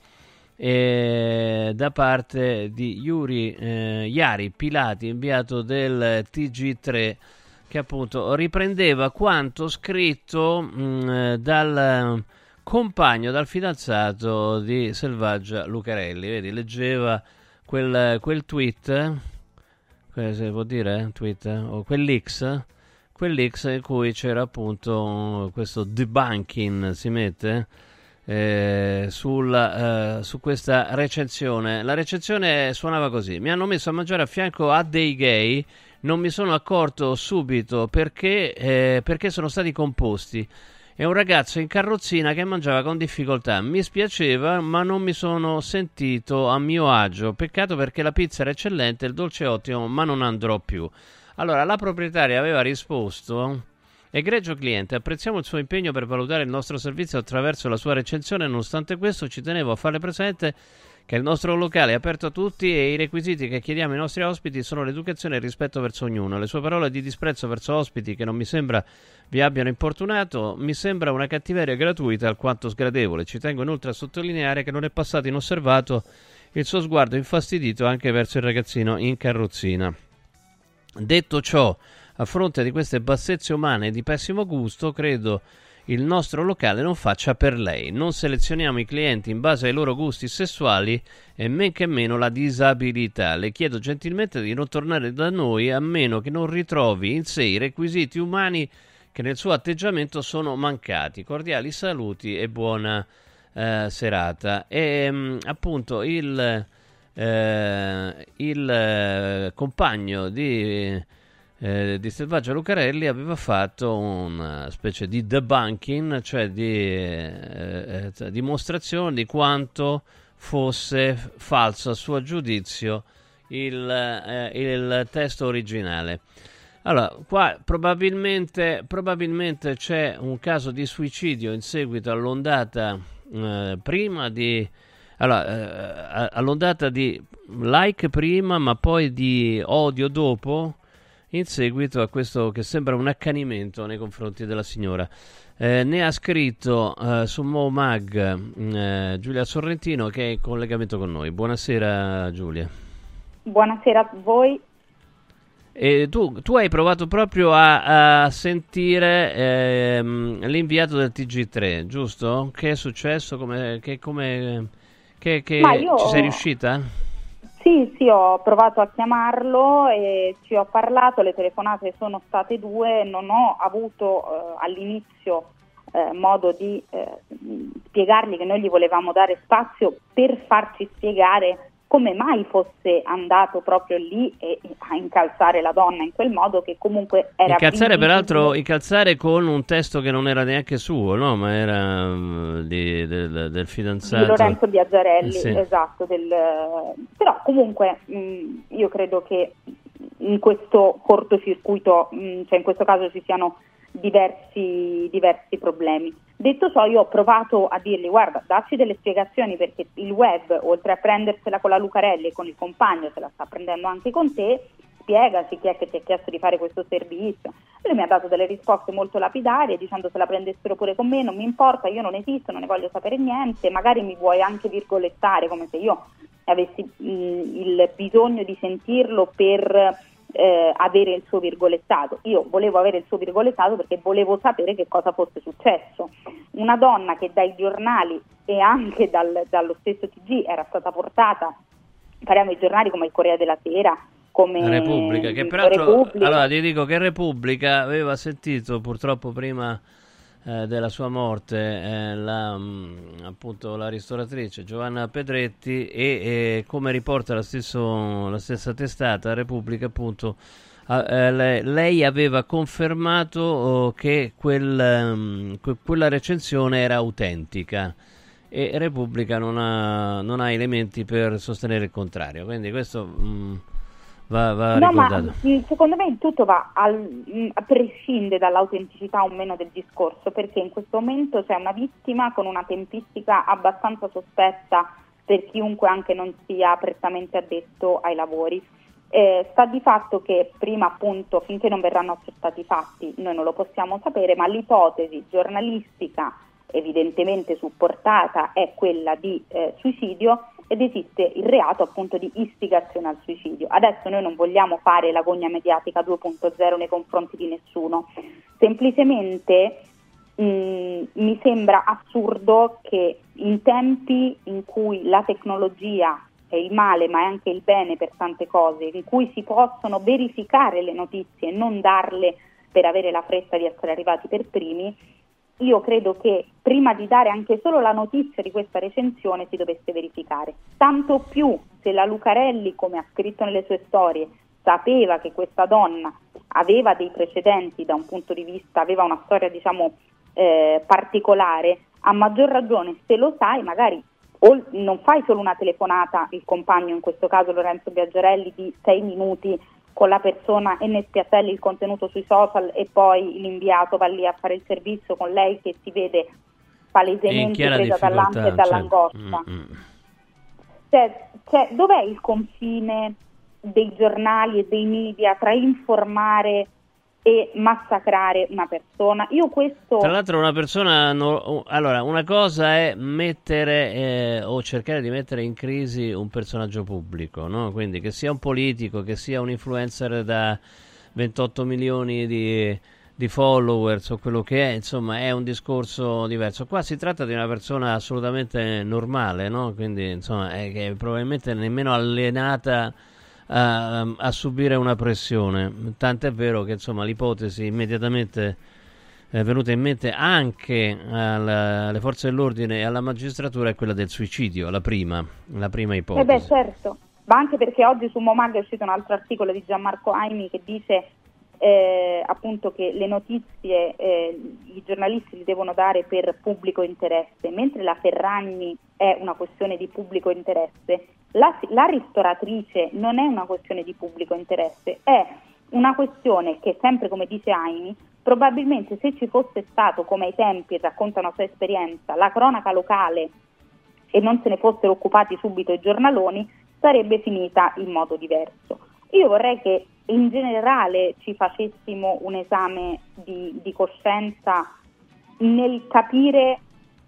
da parte di Iari Pilati, inviato del TG3, che appunto riprendeva quanto scritto dal compagno, dal fidanzato di Selvaggia Lucarelli. Vedi, leggeva quel tweet, si può dire tweet, o quell'X in cui c'era appunto questo debunking, si mette su questa recensione. La recensione suonava così: mi hanno messo a mangiare a fianco a dei gay, non mi sono accorto subito perché sono stati composti. È un ragazzo in carrozzina che mangiava con difficoltà. Mi spiaceva, ma non mi sono sentito a mio agio. Peccato, perché la pizza era eccellente, il dolce ottimo, ma non andrò più. Allora, la proprietaria aveva risposto: egregio cliente, apprezziamo il suo impegno per valutare il nostro servizio attraverso la sua recensione. Nonostante questo, ci tenevo a farle presente che il nostro locale è aperto a tutti e i requisiti che chiediamo ai nostri ospiti sono l'educazione e il rispetto verso ognuno. Le sue parole di disprezzo verso ospiti che non mi sembra vi abbiano importunato mi sembra una cattiveria gratuita alquanto sgradevole. Ci tengo inoltre a sottolineare che non è passato inosservato il suo sguardo infastidito anche verso il ragazzino in carrozzina. Detto ciò, a fronte di queste bassezze umane di pessimo gusto, credo il nostro locale non faccia per lei. Non selezioniamo i clienti in base ai loro gusti sessuali e men che meno la disabilità. Le chiedo gentilmente di non tornare da noi a meno che non ritrovi in sé i requisiti umani che nel suo atteggiamento sono mancati. Cordiali saluti e buona serata. E appunto il compagno di di Selvaggia Lucarelli aveva fatto una specie di debunking, cioè di dimostrazione di quanto fosse falso a suo giudizio il testo originale. Allora, qua probabilmente c'è un caso di suicidio in seguito all'ondata all'ondata di like prima, ma poi di odio dopo, in seguito a questo che sembra un accanimento nei confronti della signora. Ne ha scritto su MoMag Giulia Sorrentino, che è in collegamento con noi. Buonasera Giulia. Buonasera a voi. E tu hai provato proprio a sentire l'inviato del TG3, giusto? Che è successo? Ci sei riuscita? Sì, ho provato a chiamarlo e ci ho parlato, le telefonate sono state 2, non ho avuto all'inizio modo di spiegargli che noi gli volevamo dare spazio per farci spiegare come mai fosse andato proprio lì e a incalzare la donna in quel modo, che comunque era incalzare, peraltro incalzare con un testo che non era neanche suo, no? Ma era del fidanzato di Lorenzo Biaggiarelli, sì. Esatto, però comunque io credo che in questo cortocircuito, cioè in questo caso ci siano diversi problemi. Detto ciò, io ho provato a dirgli: guarda, dacci delle spiegazioni, perché il web, oltre a prendersela con la Lucarelli e con il compagno, se la sta prendendo anche con te, spiegaci chi è che ti ha chiesto di fare questo servizio. Lui mi ha dato delle risposte molto lapidarie, dicendo: se la prendessero pure con me non mi importa, io non esisto, non ne voglio sapere niente, magari mi vuoi anche virgolettare, come se io avessi il bisogno di sentirlo per avere il suo virgolettato. Io volevo avere il suo virgolettato perché volevo sapere che cosa fosse successo. Una donna che dai giornali e anche dallo stesso TG era stata portata, parliamo di giornali come il Corriere della Sera, come Repubblica, che peraltro allora ti dico che Repubblica aveva sentito purtroppo prima della sua morte appunto la ristoratrice Giovanna Pedretti e come riporta la stessa testata Repubblica, appunto lei aveva confermato che quella recensione era autentica, e Repubblica non ha elementi per sostenere il contrario, quindi questo va ricordato. Ma secondo me tutto prescinde dall'autenticità o meno del discorso, perché in questo momento c'è una vittima con una tempistica abbastanza sospetta per chiunque anche non sia prettamente addetto ai lavori. Sta di fatto che prima, appunto, finché non verranno accertati i fatti, noi non lo possiamo sapere, ma l'ipotesi giornalistica evidentemente supportata è quella di suicidio, ed esiste il reato appunto di istigazione al suicidio. Adesso noi non vogliamo fare l'agonia mediatica 2.0 nei confronti di nessuno, semplicemente mi sembra assurdo che in tempi in cui la tecnologia è il male ma è anche il bene per tante cose, in cui si possono verificare le notizie e non darle per avere la fretta di essere arrivati per primi, io credo che prima di dare anche solo la notizia di questa recensione si dovesse verificare. Tanto più se la Lucarelli, come ha scritto nelle sue storie, sapeva che questa donna aveva dei precedenti da un punto di vista, aveva una storia particolare, a maggior ragione se lo sai magari non fai solo una telefonata, il compagno in questo caso Lorenzo Biaggiarelli, di 6 minuti con la persona e ne spiattelli il contenuto sui social e poi l'inviato va lì a fare il servizio con lei che si vede palesemente presa dall'ansia e dall'angoscia. Cioè, dov'è il confine dei giornali e dei media tra informare e massacrare una persona? Io questo... Tra l'altro una persona... Allora, una cosa è mettere o cercare di mettere in crisi un personaggio pubblico, no? Quindi che sia un politico, che sia un influencer da 28 milioni di followers o quello che è, insomma, è un discorso diverso. Qua si tratta di una persona assolutamente normale, no? Quindi, insomma, è che probabilmente nemmeno allenata a subire una pressione, tant'è vero che insomma l'ipotesi immediatamente venuta in mente anche alle forze dell'ordine e alla magistratura è quella del suicidio, la prima ipotesi. Certo, ma anche perché oggi su MoMag è uscito un altro articolo di Gianmarco Aimi che dice appunto che le notizie i giornalisti li devono dare per pubblico interesse, mentre la Ferragni è una questione di pubblico interesse, la ristoratrice non è una questione di pubblico interesse, è una questione che, sempre come dice Aini, probabilmente se ci fosse stato, come ai tempi racconta una sua esperienza, la cronaca locale e non se ne fossero occupati subito i giornaloni, sarebbe finita in modo diverso. Io vorrei che in generale ci facessimo un esame di coscienza nel capire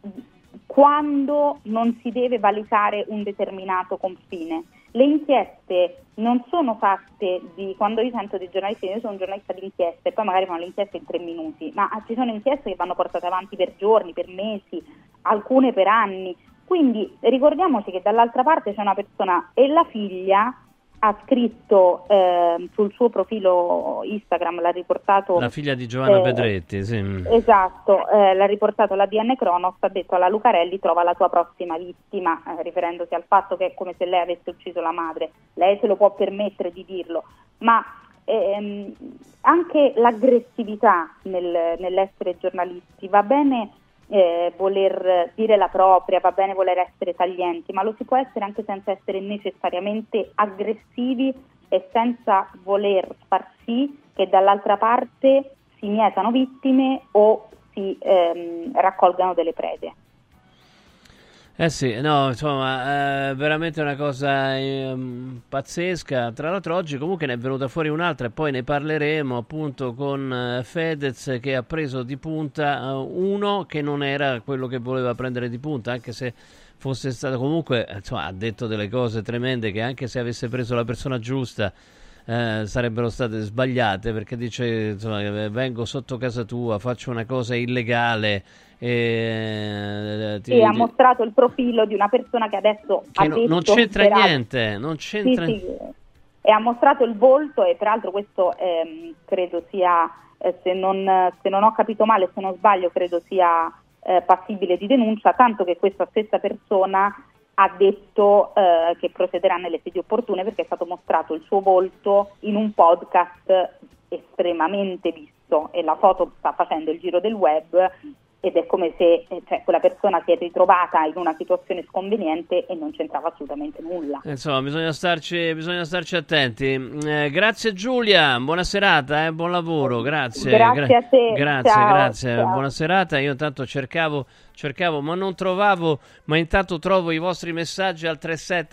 quando non si deve valicare un determinato confine. Le inchieste non sono fatte quando io sento dei giornalisti, io sono un giornalista di inchieste e poi magari fanno le inchieste in 3 minuti, ma ci sono inchieste che vanno portate avanti per giorni, per mesi, alcune per anni. Quindi ricordiamoci che dall'altra parte c'è una persona, e la figlia ha scritto sul suo profilo Instagram, l'ha riportato... La figlia di Giovanna Pedretti, sì. Esatto, l'ha riportato l'ADN Kronos, ha detto alla Lucarelli: trova la tua prossima vittima, riferendosi al fatto che è come se lei avesse ucciso la madre. Lei se lo può permettere di dirlo, ma anche l'aggressività nell'essere giornalisti, va bene voler dire la propria, va bene voler essere taglienti, ma lo si può essere anche senza essere necessariamente aggressivi e senza voler far sì che dall'altra parte si mietano vittime o si raccolgano delle prede. Sì, no, insomma, veramente una cosa pazzesca. Tra l'altro oggi comunque ne è venuta fuori un'altra e poi ne parleremo appunto con Fedez, che ha preso di punta uno che non era quello che voleva prendere di punta, anche se fosse stato comunque, insomma, ha detto delle cose tremende che anche se avesse preso la persona giusta sarebbero state sbagliate, perché dice, insomma, vengo sotto casa tua, faccio una cosa illegale. Sì, ha mostrato il profilo di una persona che adesso che non c'entra niente, non c'entra. Sì, e ha mostrato il volto, e peraltro questo credo sia, se non ho capito male, se non sbaglio, credo sia passibile di denuncia, tanto che questa stessa persona ha detto che procederà nelle sedi opportune, perché è stato mostrato il suo volto in un podcast estremamente visto e la foto sta facendo il giro del web, ed è come se quella persona si è ritrovata in una situazione sconveniente e non c'entrava assolutamente nulla. Insomma, bisogna starci attenti. Grazie Giulia, buona serata, buon lavoro, grazie. Grazie a te. Grazie. Ciao. Buona serata. Io intanto cercavo, ma non trovavo, ma intanto trovo i vostri messaggi al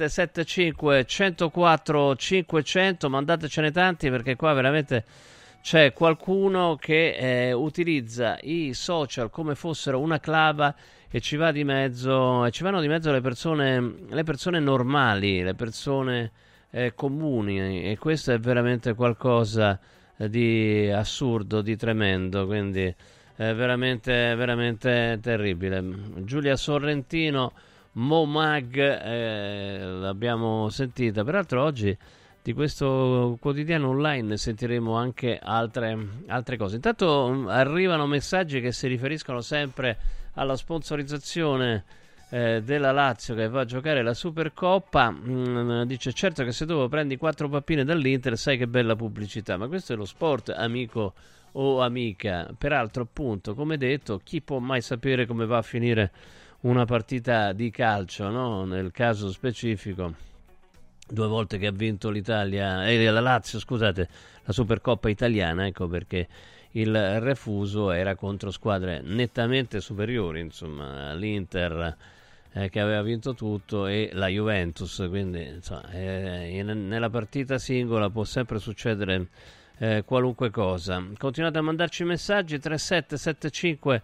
3775 104 500, mandatecene tanti, perché qua veramente c'è qualcuno che utilizza i social come fossero una clava e ci vanno di mezzo le persone normali, le persone comuni, e questo è veramente qualcosa di assurdo, di tremendo, quindi è veramente, veramente terribile. Giulia Sorrentino, Momag, l'abbiamo sentita, peraltro oggi di questo quotidiano online sentiremo anche altre cose. Intanto arrivano messaggi che si riferiscono sempre alla sponsorizzazione della Lazio, che va a giocare la Supercoppa. Dice: certo che se dopo prendi 4 pappine dall'Inter sai che bella pubblicità, ma questo è lo sport, amico o amica. Peraltro, appunto, come detto, chi può mai sapere come va a finire una partita di calcio, no? Nel caso specifico, 2 volte che ha vinto la Lazio, scusate, la Supercoppa italiana, ecco perché il refuso era contro squadre nettamente superiori, insomma, l'Inter che aveva vinto tutto e la Juventus, quindi insomma, nella partita singola può sempre succedere qualunque cosa. Continuate a mandarci messaggi 3775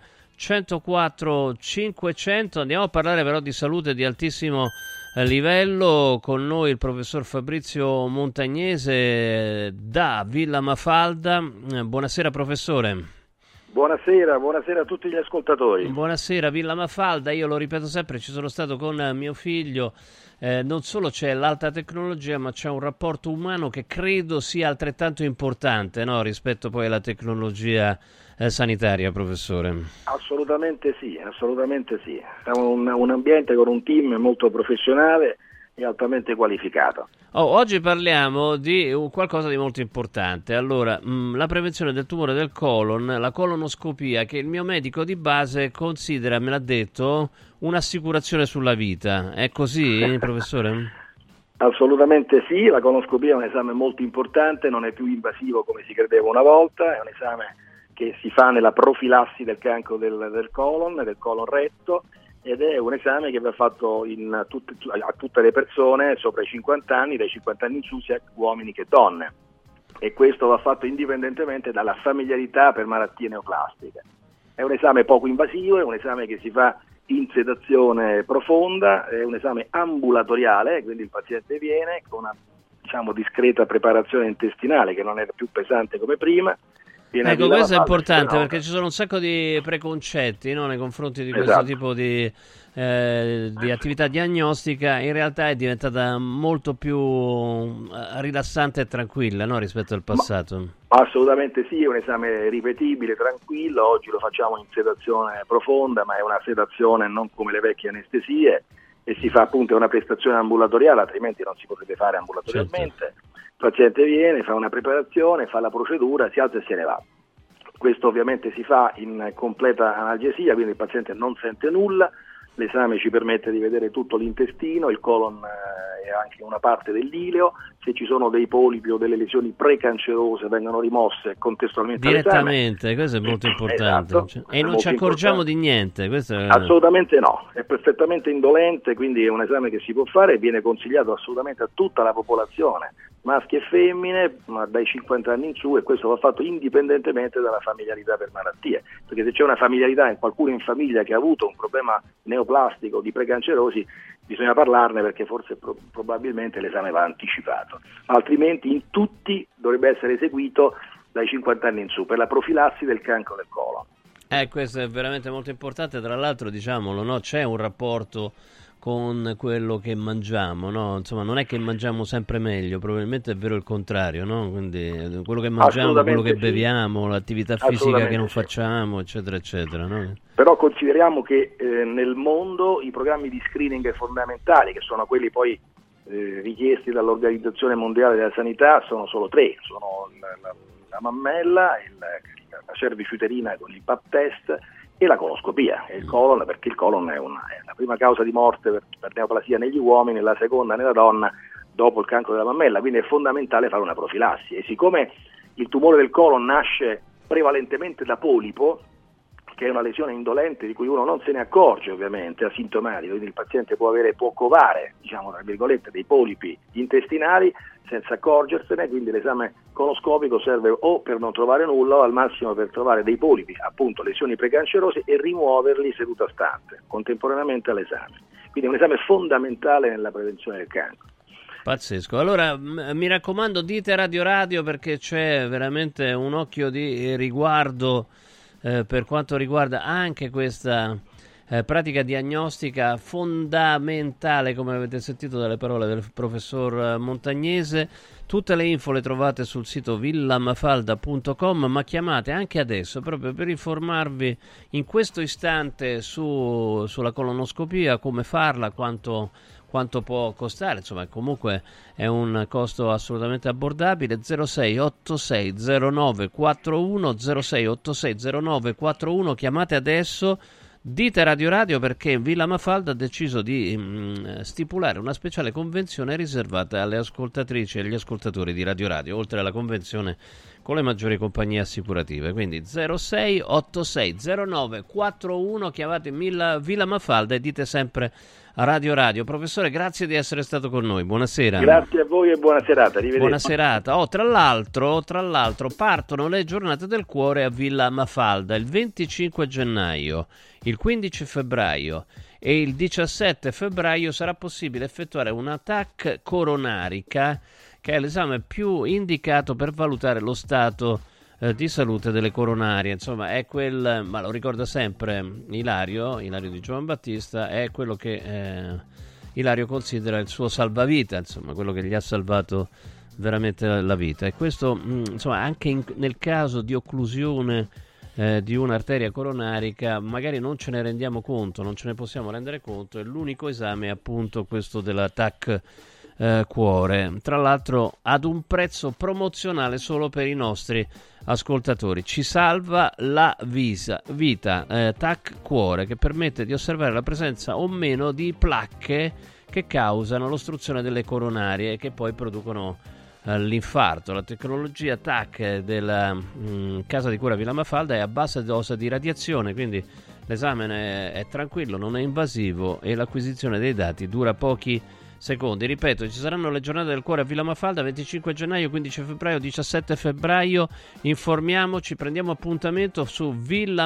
104 500. Andiamo a parlare però di salute di altissimo livello. Con noi il professor Fabrizio Montagnese da Villa Mafalda. Buonasera professore. Buonasera a tutti gli ascoltatori. Buonasera, Villa Mafalda. Io lo ripeto sempre, ci sono stato con mio figlio. Non solo c'è l'alta tecnologia, ma c'è un rapporto umano che credo sia altrettanto importante, no? Rispetto poi alla tecnologia sanitaria, professore. Assolutamente sì. Siamo un ambiente con un team molto professionale e altamente qualificato. Oggi parliamo di qualcosa di molto importante. Allora, la prevenzione del tumore del colon, la colonoscopia, che il mio medico di base considera, me l'ha detto, un'assicurazione sulla vita. È così, professore? Assolutamente sì, la colonoscopia è un esame molto importante, non è più invasivo come si credeva una volta, è un esame che si fa nella profilassi del cancro del colon retto, ed è un esame che va fatto a tutte le persone sopra i 50 anni, dai 50 anni in su, sia uomini che donne, e questo va fatto indipendentemente dalla familiarità per malattie neoplastiche. È un esame poco invasivo, è un esame che si fa in sedazione profonda, è un esame ambulatoriale, quindi il paziente viene con una discreta preparazione intestinale che non è più pesante come prima. Ecco, questo è importante perché ci sono un sacco di preconcetti, no, nei confronti di questo tipo di attività diagnostica. In realtà è diventata molto più rilassante e tranquilla, no, rispetto al passato. Assolutamente sì, è un esame ripetibile, tranquillo. Oggi lo facciamo in sedazione profonda, ma è una sedazione non come le vecchie anestesie, e si fa appunto una prestazione ambulatoriale, altrimenti non si potrebbe fare ambulatorialmente. Certo. Il paziente viene, fa una preparazione, fa la procedura, si alza e se ne va. Questo ovviamente si fa in completa analgesia, quindi il paziente non sente nulla. L'esame ci permette di vedere tutto l'intestino, il colon e anche una parte dell'ileo. Se ci sono dei polipi o delle lesioni precancerose vengono rimosse contestualmente direttamente, all'esame. Questo è molto importante. Esatto, e non ci accorgiamo di niente. Questo è... Assolutamente no, è perfettamente indolente, quindi è un esame che si può fare e viene consigliato assolutamente a tutta la popolazione, maschi e femmine, ma dai 50 anni in su, e questo va fatto indipendentemente dalla familiarità per malattie, perché se c'è una familiarità in qualcuno in famiglia che ha avuto un problema neoplastico di precancerosi, bisogna parlarne, perché forse probabilmente l'esame va anticipato, altrimenti in tutti dovrebbe essere eseguito dai 50 anni in su per la profilassi del cancro del colon. Questo è veramente molto importante, tra l'altro, diciamolo, no? C'è un rapporto con quello che mangiamo, no? Insomma, non è che mangiamo sempre meglio, probabilmente è vero il contrario, no? Quindi quello che mangiamo, quello che beviamo, l'attività fisica che non facciamo, eccetera, eccetera, no? Però consideriamo che nel mondo i programmi di screening fondamentali, che sono quelli poi richiesti dall'Organizzazione Mondiale della Sanità, sono solo 3, sono la mammella, la cervice uterina con il pap test e la coloscopia, e il colon, perché il colon è la prima causa di morte per neoplasia negli uomini e la seconda nella donna dopo il cancro della mammella, quindi è fondamentale fare una profilassi. E siccome il tumore del colon nasce prevalentemente da polipo, che è una lesione indolente di cui uno non se ne accorge, ovviamente, asintomatico, quindi il paziente può covare, tra virgolette, dei polipi intestinali senza accorgersene, quindi l'esame colonoscopico serve o per non trovare nulla o al massimo per trovare dei polipi, appunto lesioni precancerose, e rimuoverli seduta stante, contemporaneamente all'esame. Quindi è un esame fondamentale nella prevenzione del cancro. Pazzesco. Allora, mi raccomando, dite Radio, perché c'è veramente un occhio di riguardo per quanto riguarda anche questa pratica diagnostica fondamentale, come avete sentito dalle parole del professor Montagnese. Tutte le info le trovate sul sito villamafalda.com, ma chiamate anche adesso proprio per informarvi in questo istante sulla colonoscopia, come farla, quanto può costare. Insomma, comunque è un costo assolutamente abbordabile. 06860941 06860941, chiamate adesso, dite Radio, perché Villa Mafalda ha deciso di stipulare una speciale convenzione riservata alle ascoltatrici e agli ascoltatori di Radio, oltre alla convenzione con le maggiori compagnie assicurative. Quindi 06860941, chiamate Villa Mafalda e dite sempre Radio. Professore, grazie di essere stato con noi, buonasera. Grazie a voi e buona serata, arrivederci. Buona serata. Tra l'altro partono le giornate del cuore a Villa Mafalda il 25 gennaio, il 15 febbraio e il 17 febbraio sarà possibile effettuare una TAC coronarica, che è l'esame più indicato per valutare lo stato di salute delle coronarie. Insomma, è ma lo ricorda sempre Ilario di Giovan Battista, è quello che Ilario considera il suo salvavita, insomma, quello che gli ha salvato veramente la vita. E questo, insomma, anche nel caso di occlusione di un'arteria coronarica, magari non ce ne rendiamo conto, non ce ne possiamo rendere conto, e l'unico esame è appunto questo della TAC Cuore, tra l'altro ad un prezzo promozionale solo per i nostri ascoltatori. Ci salva la vita, TAC Cuore, che permette di osservare la presenza o meno di placche che causano l'ostruzione delle coronarie e che poi producono l'infarto. La tecnologia TAC della casa di cura Villa Mafalda è a bassa dose di radiazione, quindi l'esame è tranquillo, non è invasivo e l'acquisizione dei dati dura pochi secondi. Ripeto, ci saranno le giornate del cuore a Villa Mafalda 25 gennaio, 15 febbraio, 17 febbraio. Informiamoci, prendiamo appuntamento su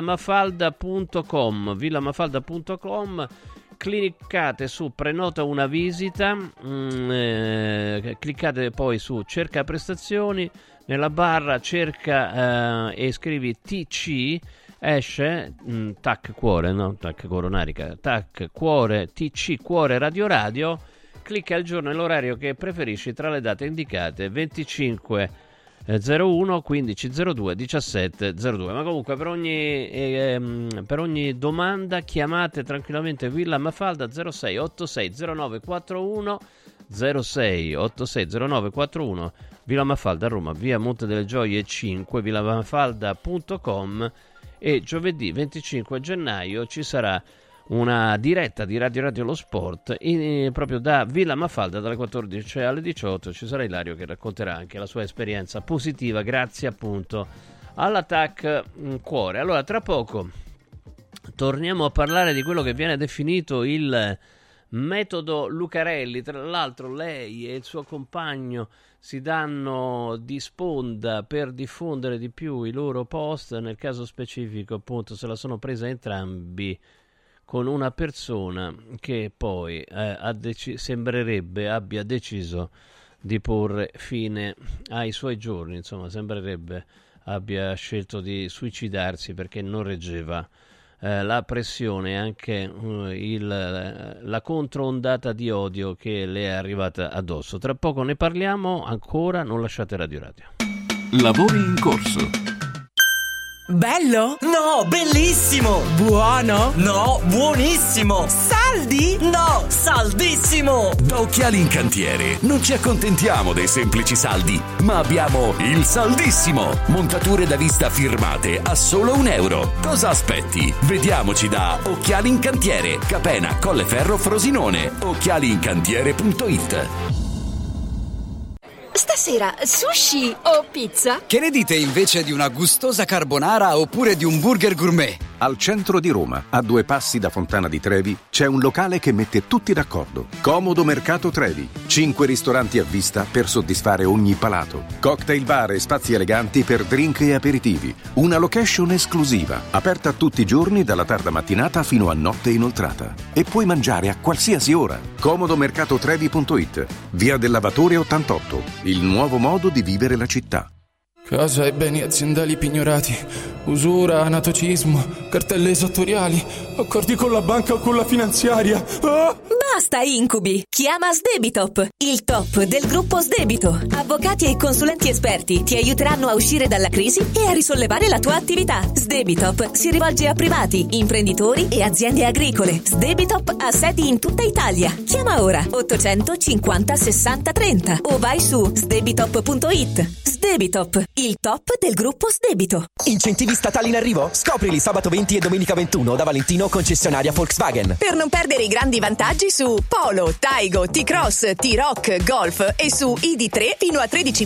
villamafalda.com. Cliccate su prenota una visita, cliccate poi su cerca prestazioni, nella barra cerca e scrivi TC, esce TAC Cuore, no? TAC Coronarica, TAC Cuore, TC Cuore Radio. Clicca il giorno e l'orario che preferisci tra le date indicate 25/01, 15/02, 17/02. Ma comunque per ogni domanda chiamate tranquillamente Villa Mafalda 06 86 09 41 06 86 09 41, Villa Mafalda a Roma, via Monte delle Gioie 5, villamafalda.com. E giovedì 25 gennaio ci sarà una diretta di Radio Lo Sport proprio da Villa Mafalda dalle 14 alle 18. Ci sarà Ilario che racconterà anche la sua esperienza positiva grazie appunto alla TAC Cuore. Allora, tra poco torniamo a parlare di quello che viene definito il metodo Lucarelli. Tra l'altro lei e il suo compagno si danno di sponda per diffondere di più i loro post. Nel caso specifico appunto se la sono presa entrambi con una persona che poi sembrerebbe abbia deciso di porre fine ai suoi giorni. Insomma, sembrerebbe abbia scelto di suicidarsi perché non reggeva la pressione e anche la controondata di odio che le è arrivata addosso. Tra poco ne parliamo ancora, non lasciate Radio. Lavori in corso. Bello? No, bellissimo! Buono? No, buonissimo! Saldi? No, saldissimo! Da Occhiali in Cantiere non ci accontentiamo dei semplici saldi, ma abbiamo il saldissimo! Montature da vista firmate a solo €1. Cosa aspetti? Vediamoci da Occhiali in Cantiere, Capena, Colleferro, Frosinone. occhialiincantiere.it. Stasera sushi o pizza? Che ne dite invece di una gustosa carbonara oppure di un burger gourmet? Al centro di Roma, a 2 passi da Fontana di Trevi, c'è un locale che mette tutti d'accordo. Comodo Mercato Trevi. 5 ristoranti a vista per soddisfare ogni palato. Cocktail bar e spazi eleganti per drink e aperitivi. Una location esclusiva, aperta tutti i giorni dalla tarda mattinata fino a notte inoltrata. E puoi mangiare a qualsiasi ora. Comodomercatotrevi.it. Via del Lavatore 88. Il nuovo modo di vivere la città. Casa e beni aziendali pignorati, usura, anatocismo, cartelle esattoriali, accordi con la banca o con la finanziaria. Ah! Basta incubi! Chiama Sdebitop, il top del gruppo Sdebito. Avvocati e consulenti esperti ti aiuteranno a uscire dalla crisi e a risollevare la tua attività. Sdebitop si rivolge a privati, imprenditori e aziende agricole. Sdebitop ha sedi in tutta Italia. Chiama ora 850 60 30 o vai su sdebitop.it. Sdebitop, il top del gruppo Sdebito. Incentivi statali in arrivo? Scoprili sabato 20 e domenica 21 da Valentino, concessionaria Volkswagen. Per non perdere i grandi vantaggi su Polo, Taigo, T-Cross, T-Rock, Golf e su ID3 fino a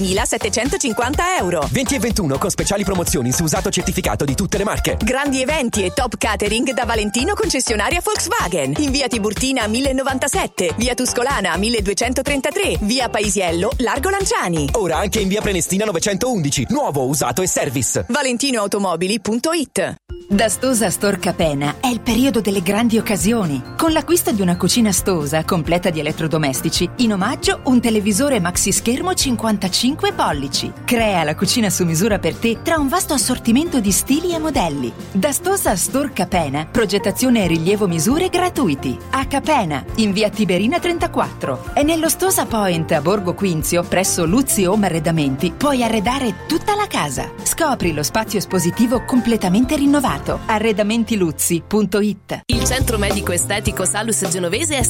13.750 euro. 20 e 21 con speciali promozioni su usato certificato di tutte le marche. Grandi eventi e top catering da Valentino, concessionaria Volkswagen. In via Tiburtina 1097, via Tuscolana 1233, via Paisiello, Largo Lanciani. Ora anche in via Prenestina 911, nuovo, usato e service. ValentinoAutomobili.it. Da Stosa Store Capena è il periodo delle grandi occasioni. Con l'acquisto di una cucina Stosa completa di elettrodomestici, in omaggio un televisore maxi schermo 55 pollici. Crea la cucina su misura per te tra un vasto assortimento di stili e modelli. Da Stosa Store Capena, progettazione e rilievo misure gratuiti. A Capena, in via Tiberina 34. E nello Stosa Point a Borgo Quinzio, presso Luzzi Home Arredamenti, puoi arredare tutta la casa. Scopri lo spazio espositivo completamente rinnovato. Arredamentiluzzi.it. Il centro medico estetico Salus Genovese è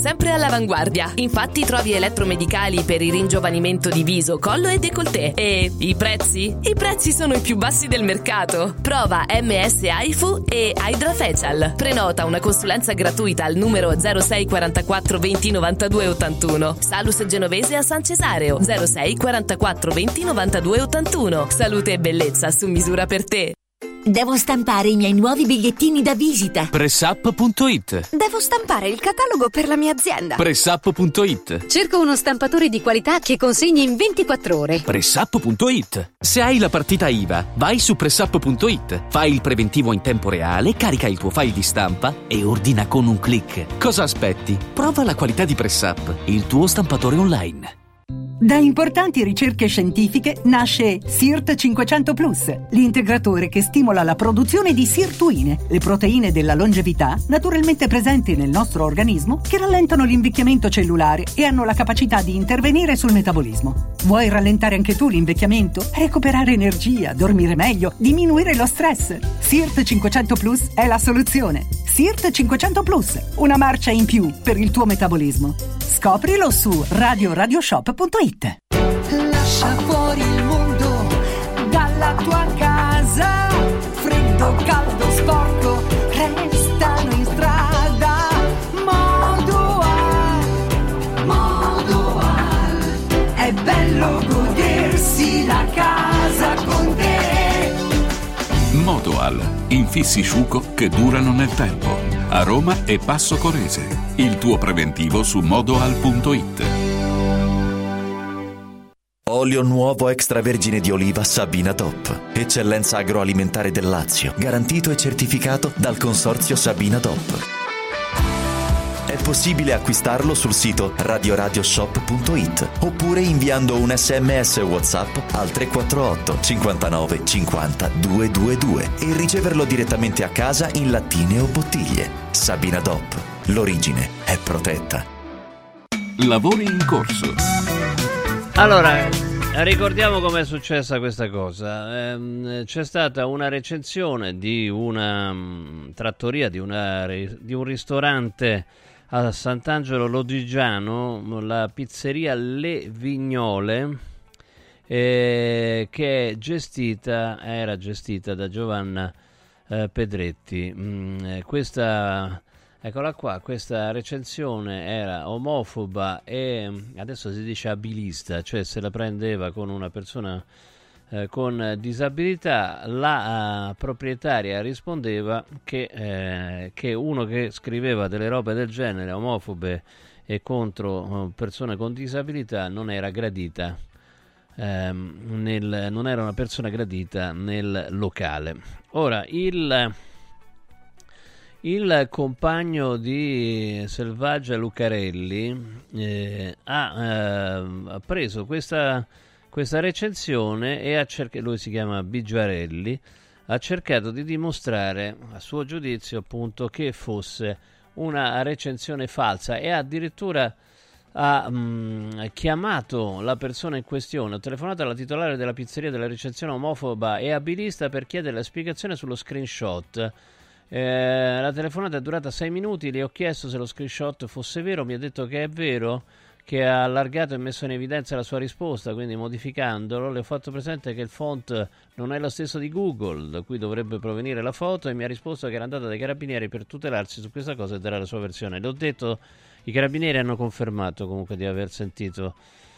sempre all'avanguardia. Infatti trovi elettromedicali per il ringiovanimento di viso, collo e décolleté. E i prezzi? I prezzi sono i più bassi del mercato. Prova MS AIFU e Hydra Facial. Prenota una consulenza gratuita al numero 06 44 20 92 81. Salus Genovese a San Cesareo 06 44 20 92 81. Salute e bellezza su misura per te. Devo stampare i miei nuovi bigliettini da visita. Pressup.it. Devo stampare il catalogo per la mia azienda. Pressup.it. Cerco uno stampatore di qualità che consegni in 24 ore. Pressup.it. Se hai la partita IVA, vai su Pressup.it. Fai il preventivo in tempo reale, carica il tuo file di stampa e ordina con un click. Cosa aspetti? Prova la qualità di Pressup, il tuo stampatore online. Da importanti ricerche scientifiche nasce SIRT 500 Plus, l'integratore che stimola la produzione di sirtuine, le proteine della longevità naturalmente presenti nel nostro organismo che rallentano l'invecchiamento cellulare e hanno la capacità di intervenire sul metabolismo. Vuoi rallentare anche tu l'invecchiamento? Recuperare energia, dormire meglio, diminuire lo stress? SIRT 500 Plus è la soluzione. SIRT 500 Plus, una marcia in più per il tuo metabolismo. Scoprilo su radioshop.it. Lascia fuori il mondo dalla tua casa. Freddo, caldo, sporco, restano in strada. Modoal, è bello godersi la casa con te. Modoal, infissi Sciuco che durano nel tempo. A Roma e Passo Corese. Il tuo preventivo su modoal.it. Olio nuovo extravergine di oliva Sabina DOP. Eccellenza agroalimentare del Lazio. Garantito e certificato dal consorzio Sabina DOP. È possibile acquistarlo sul sito radioradioshop.it oppure inviando un SMS WhatsApp al 348 59 50 222 e riceverlo direttamente a casa in lattine o bottiglie. Sabina DOP. L'origine è protetta. Lavori in corso. Allora, ricordiamo com'è successa questa cosa. C'è stata una recensione di una trattoria, di un ristorante a Sant'Angelo Lodigiano, la pizzeria Le Vignole, che era gestita da Giovanna Pedretti. Eccola qua, questa recensione era omofoba e adesso si dice abilista, cioè se la prendeva con una persona con disabilità. La proprietaria rispondeva che uno che scriveva delle robe del genere, omofobe e contro persone con disabilità, non era gradita, non era una persona gradita nel locale. Ora, il compagno di Selvaggia Lucarelli ha preso questa recensione e lui si chiama Bigiarelli, ha cercato di dimostrare a suo giudizio appunto che fosse una recensione falsa e addirittura ha chiamato la persona in questione, ha telefonato alla titolare della pizzeria della recensione omofoba e abilista per chiedere la spiegazione sullo screenshot. La telefonata è durata 6 minuti, le ho chiesto se lo screenshot fosse vero, mi ha detto che è vero, che ha allargato e messo in evidenza la sua risposta, quindi modificandolo. Le ho fatto presente che il font non è lo stesso di Google, da cui dovrebbe provenire la foto, e mi ha risposto che era andata dai carabinieri per tutelarsi su questa cosa e dare la sua versione. Le ho detto, i carabinieri hanno confermato comunque di aver sentito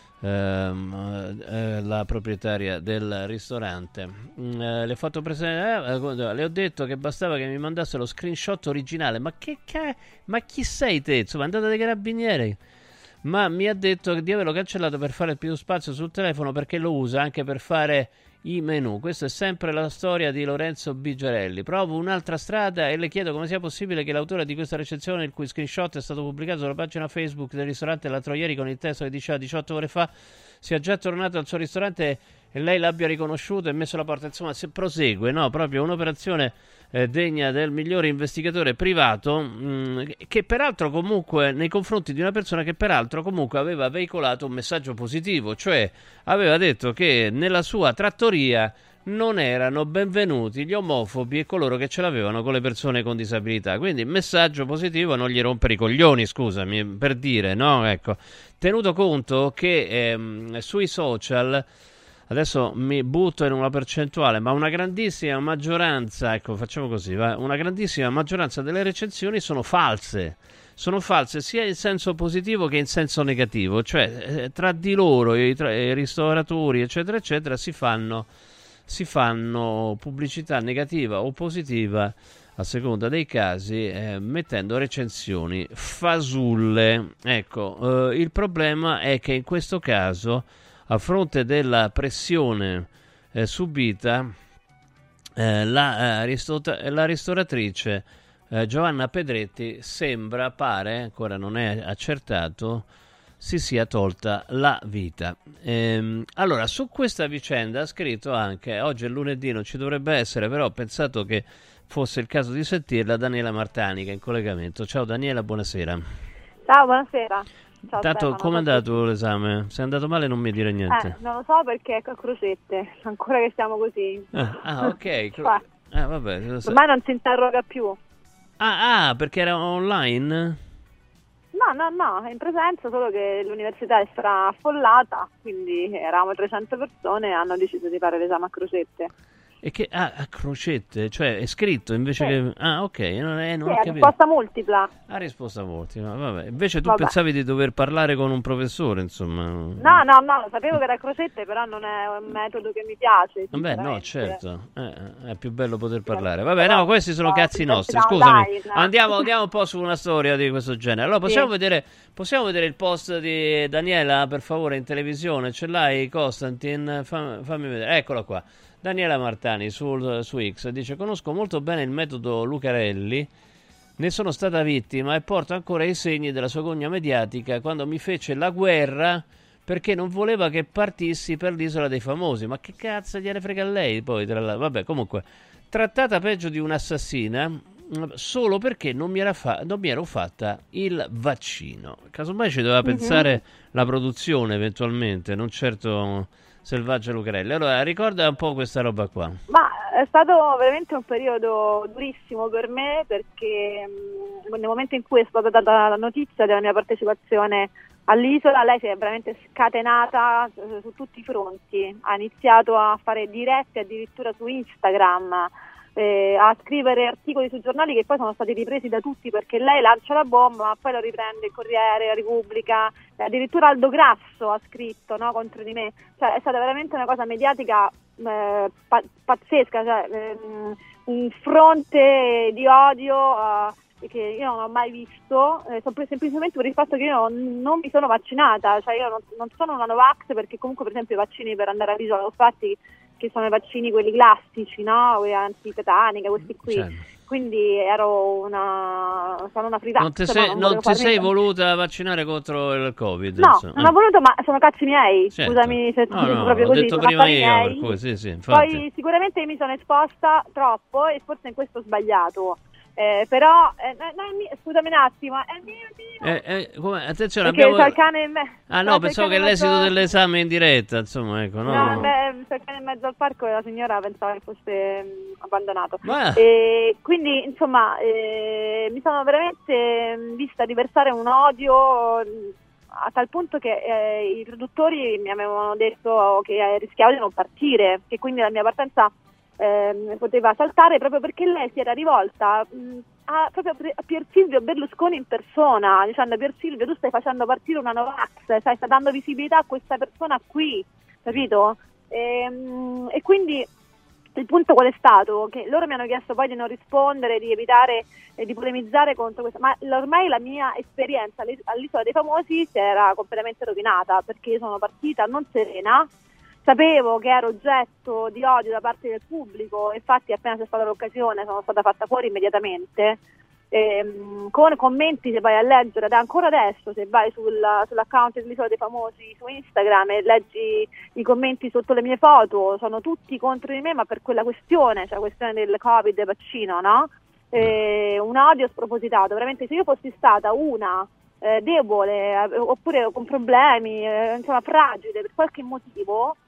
la proprietaria del ristorante. Le ho fatto presente, le ho detto che bastava che mi mandasse lo screenshot originale. Ma chi sei te? Insomma, è andata dai carabinieri. Ma mi ha detto di averlo cancellato per fare più spazio sul telefono, perché lo usa anche per fare i menu. Questa è sempre la storia di Lorenzo Bigiarelli. Provo un'altra strada e le chiedo come sia possibile che l'autore di questa recensione, il cui screenshot è stato pubblicato sulla pagina Facebook del ristorante l'altro ieri con il testo che diceva 18 ore fa, sia già tornato al suo ristorante e lei l'abbia riconosciuto e messo alla porta. Insomma, se prosegue, no? Proprio un'operazione degna del migliore investigatore privato, che peraltro comunque nei confronti di una persona che peraltro comunque aveva veicolato un messaggio positivo, cioè aveva detto che nella sua trattoria non erano benvenuti gli omofobi e coloro che ce l'avevano con le persone con disabilità. Quindi messaggio positivo, non gli rompere i coglioni, scusami, per dire, no? Ecco, tenuto conto che sui social, adesso mi butto in una percentuale, ma una grandissima maggioranza, ecco, facciamo così, una grandissima maggioranza delle recensioni sono false sia in senso positivo che in senso negativo, cioè tra di loro, i ristoratori, eccetera, eccetera, si fanno pubblicità negativa o positiva a seconda dei casi, mettendo recensioni fasulle. Ecco, il problema è che in questo caso, a fronte della pressione subita, la ristoratrice Giovanna Pedretti pare, ancora non è accertato, si sia tolta la vita. Allora, su questa vicenda ha scritto anche, oggi è lunedì, non ci dovrebbe essere, però ho pensato che fosse il caso di sentirla, Daniela Martani, che è in collegamento. Ciao Daniela, buonasera. Ciao, buonasera. Ciao, Tanto, come è andato l'esame? Se è andato male non mi dire niente. Non lo so perché a crocette, ancora che siamo così. Ok. Vabbè. Ormai non si interroga più. Perché era online? No, è in presenza, solo che l'università è affollata, quindi eravamo 300 persone e hanno deciso di fare l'esame a crocette. E che a crocette, cioè è scritto invece che... ok, non ho capito. Risposta multipla. Risposta multipla, vabbè. Invece tu pensavi di dover parlare con un professore, insomma. No, sapevo che era crocette, però non è un metodo che mi piace. Vabbè, no, certo, è più bello poter parlare. Vabbè, no, questi sono cazzi nostri, scusami. Andiamo un po' su una storia di questo genere. Allora, possiamo vedere il post di Daniela, per favore, in televisione? Ce l'hai, Costantin? Fammi vedere, eccola qua. Daniela Martani su X dice: conosco molto bene il metodo Lucarelli, ne sono stata vittima e porto ancora i segni della sua gogna mediatica quando mi fece la guerra perché non voleva che partissi per l'isola dei famosi. Ma che cazzo gliene frega a lei poi? Vabbè, comunque, trattata peggio di un'assassina solo perché non mi ero fatta il vaccino. Casomai ci doveva pensare la produzione eventualmente, non certo Selvaggia Lucarelli. Allora, ricorda un po' questa roba qua. Ma è stato veramente un periodo durissimo per me, perché nel momento in cui è stata data la notizia della mia partecipazione all'isola, lei si è veramente scatenata su tutti i fronti. Ha iniziato a fare dirette addirittura su Instagram, a scrivere articoli sui giornali che poi sono stati ripresi da tutti, perché lei lancia la bomba ma poi lo riprende il Corriere, la Repubblica, addirittura Aldo Grasso ha scritto, no, contro di me. Cioè è stata veramente una cosa mediatica pazzesca, cioè, un fronte di odio che io non ho mai visto, semplicemente per il fatto che io non mi sono vaccinata, cioè io non sono una Novax, perché comunque per esempio i vaccini per andare all'isola l'ho fatti, che sono i vaccini quelli classici, no? Antitetanica, questi qui. Certo. Quindi sono una fritazza. Non ti sei voluta vaccinare contro il Covid? No, non ho voluto, ma sono cazzi miei. Certo. Scusami se ti dico proprio così. L'ho detto prima io, per cui sì, poi sicuramente mi sono esposta troppo e forse in questo ho sbagliato. Però scusami un attimo, è mio. Attenzione, perché c'è il cane in me. Pensavo che l'esito dell'esame in diretta, insomma, ecco, no. C'è il cane in mezzo al parco e la signora pensava che fosse abbandonato. Quindi insomma mi sono veramente vista riversare un odio a tal punto che i produttori mi avevano detto che rischiavo di non partire, che quindi la mia partenza poteva saltare, proprio perché lei si era rivolta proprio a Pier Silvio Berlusconi in persona, dicendo: Pier Silvio, tu stai facendo partire una Novax, stai dando visibilità a questa persona qui, capito? E quindi il punto qual è stato? Che loro mi hanno chiesto poi di non rispondere, di evitare di polemizzare contro questo, ma ormai la mia esperienza all'Isola dei Famosi si era completamente rovinata, perché io sono partita non serena. Sapevo che ero oggetto di odio da parte del pubblico, infatti appena c'è stata l'occasione sono stata fatta fuori immediatamente, con commenti, se vai a leggere, ancora adesso se vai sull'account dell'Isola dei Famosi su Instagram e leggi i commenti sotto le mie foto, sono tutti contro di me, ma per quella questione, cioè questione del Covid e vaccino, no? Un odio spropositato, veramente. Se io fossi stata una debole oppure con problemi, insomma fragile per qualche motivo,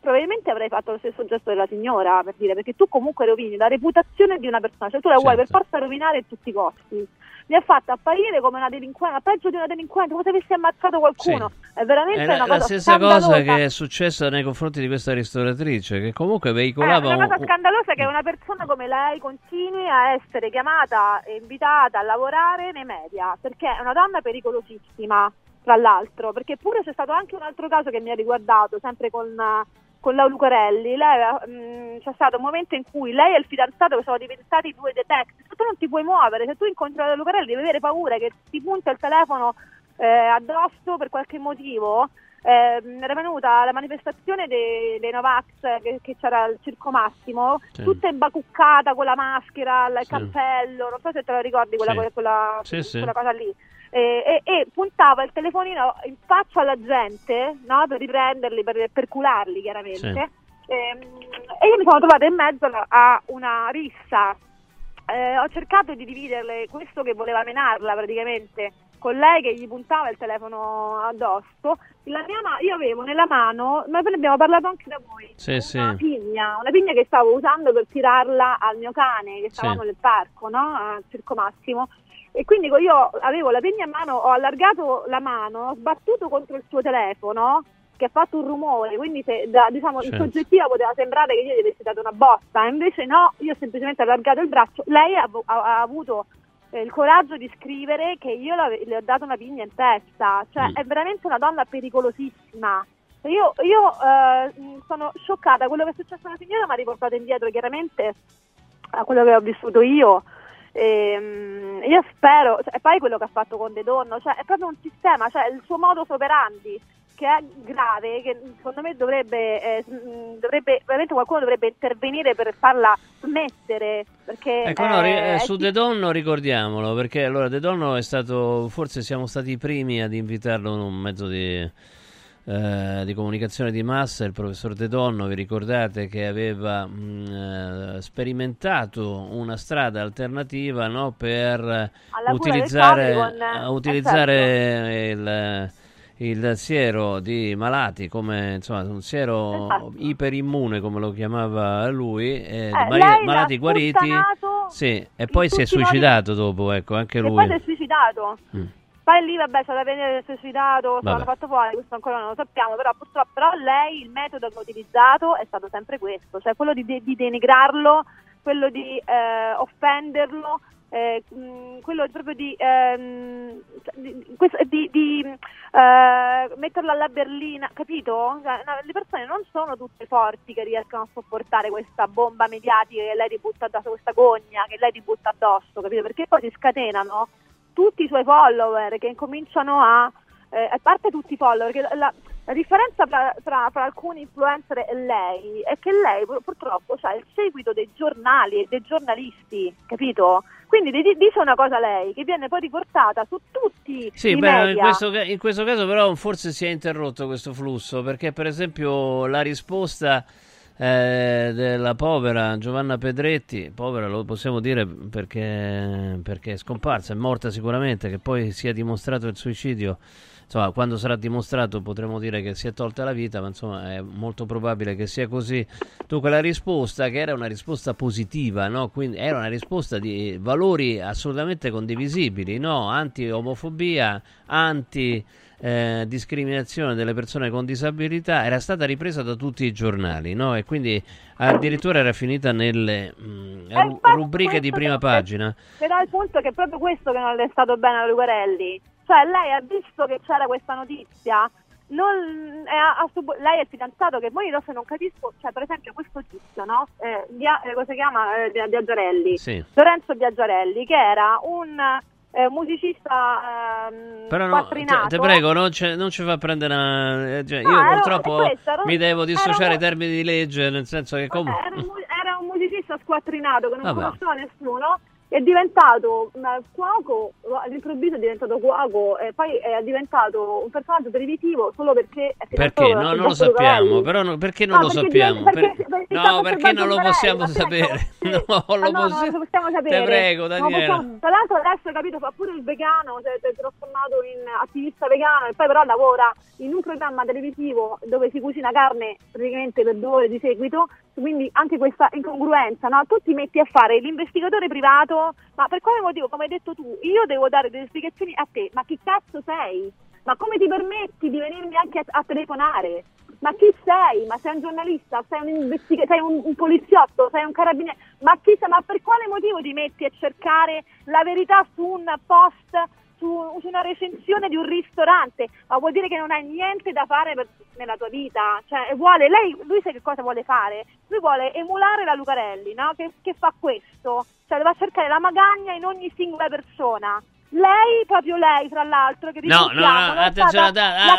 probabilmente avrei fatto lo stesso gesto della signora, per dire, perché tu comunque rovini la reputazione di una persona, cioè tu la vuoi per forza rovinare a tutti i costi. Mi ha fatto apparire come una delinquente, peggio di una delinquente, come se avessi ammazzato qualcuno. È veramente una cosa la stessa cosa che è successa nei confronti di questa ristoratrice, che comunque veicolava una cosa scandalosa che una persona come lei continui a essere chiamata e invitata a lavorare nei media, perché è una donna pericolosissima, tra l'altro, perché pure c'è stato anche un altro caso che mi ha riguardato, sempre con la Lucarelli. C'è stato un momento in cui lei e il fidanzato sono diventati due detective. Tu non ti puoi muovere, se tu incontri la Lucarelli devi avere paura che ti punta il telefono addosso per qualche motivo. Era venuta la manifestazione dei Novax che c'era al Circo Massimo, tutta imbacuccata con la maschera, il cappello, non so se te lo ricordi quella cosa lì. E puntava il telefonino in faccia alla gente, no? Per riprenderli, per cularli chiaramente. E io mi sono trovata in mezzo a una rissa. Ho cercato di dividerle, questo che voleva menarla praticamente con lei che gli puntava il telefono addosso. Io avevo nella mano, ma ne abbiamo parlato anche da voi, una pigna che stavo usando per tirarla al mio cane, che stavamo nel parco, no? Al Circo Massimo. E quindi io avevo la pigna in mano, ho allargato la mano, ho sbattuto contro il suo telefono, che ha fatto un rumore, quindi in soggettiva poteva sembrare che io gli avessi dato una botta, invece no, io ho semplicemente allargato il braccio. Lei ha avuto il coraggio di scrivere che io le ho dato una pigna in testa, cioè è veramente una donna pericolosissima. Io sono scioccata, quello che è successo alla signora mi ha riportato indietro chiaramente a quello che ho vissuto io. Io spero, e poi quello che ha fatto con De Donno, cioè è proprio un sistema, cioè il suo modus operandi che è grave, che secondo me dovrebbe veramente qualcuno dovrebbe intervenire per farla smettere, perché su De Donno ricordiamolo, perché allora De Donno è stato, forse siamo stati i primi ad invitarlo in un mezzo di comunicazione di massa, il professor De Donno, vi ricordate che aveva sperimentato una strada alternativa, no, per utilizzare il siero di malati come insomma un siero iperimmune, come lo chiamava lui, malati guariti, e poi si è suicidato dopo, ecco, anche lui. E poi si è suicidato. Poi lì, vabbè, c'è da vedere se è suicidato, se l'hanno fatto fuori, questo ancora non lo sappiamo, però purtroppo lei, il metodo che ha utilizzato è stato sempre questo, cioè quello di denigrarlo, quello di offenderlo, quello proprio di metterlo alla berlina, capito? Cioè, le persone non sono tutte forti che riescono a sopportare questa bomba mediatica che lei ti butta addosso, questa gogna che lei ti butta addosso, capito? Perché poi si scatenano tutti i suoi follower che incominciano a parte tutti i follower, che la differenza tra alcuni influencer e lei è che lei purtroppo ha il seguito dei giornali e dei giornalisti, capito? Quindi dice una cosa lei che viene poi riportata su tutti i media. In questo caso però forse si è interrotto questo flusso, perché per esempio la risposta della povera Giovanna Pedretti, povera lo possiamo dire perché è scomparsa, è morta sicuramente, che poi sia dimostrato il suicidio, insomma quando sarà dimostrato potremo dire che si è tolta la vita, ma insomma è molto probabile che sia così. Dunque la risposta, che era una risposta positiva, no? Quindi era una risposta di valori assolutamente condivisibili, no? Anti-omofobia, discriminazione delle persone con disabilità, era stata ripresa da tutti i giornali, no? E quindi addirittura era finita nelle rubriche di prima pagina. Però il punto è che è proprio questo che non le è stato bene a Lucarelli, cioè lei ha visto che c'era questa notizia, lei è il fidanzato, che poi io non capisco, cioè per esempio questo tizio, no? Come si chiama? Biagiarelli, Lorenzo Biagiarelli, che era un musicista squattrinato. Te prego, non ci fa prendere io purtroppo mi devo dissociare ai termini di legge, nel senso che comunque era un musicista squattrinato che non conosceva nessuno, è diventato cuoco, all'improvviso è diventato cuoco e poi è diventato un personaggio televisivo solo perché no, non lo sappiamo, però perché non lo sappiamo? Perché non lo possiamo sapere? Non lo possiamo sapere. Te prego, Daniela. Tra l'altro adesso, capito, fa pure il vegano, si è trasformato in attivista vegano e poi però lavora in un programma televisivo dove si cucina carne praticamente per 2 ore di seguito, quindi anche questa incongruenza, no? Tu ti metti a fare l'investigatore privato, ma per quale motivo? Come hai detto tu, io devo dare delle spiegazioni a te, ma chi cazzo sei? Ma come ti permetti di venirmi anche a telefonare? Ma chi sei? Ma sei un giornalista? Sei un poliziotto? Sei un carabiniere? Ma chi sei? Ma per quale motivo ti metti a cercare la verità su un post, su una recensione di un ristorante? Ma vuol dire che non hai niente da fare nella tua vita? Cioè, lui sa che cosa vuole fare? Lui vuole emulare la Lucarelli, no? Che fa questo? Cioè, deve cercare la magagna in ogni singola persona. Proprio lei, tra l'altro, che attenzione,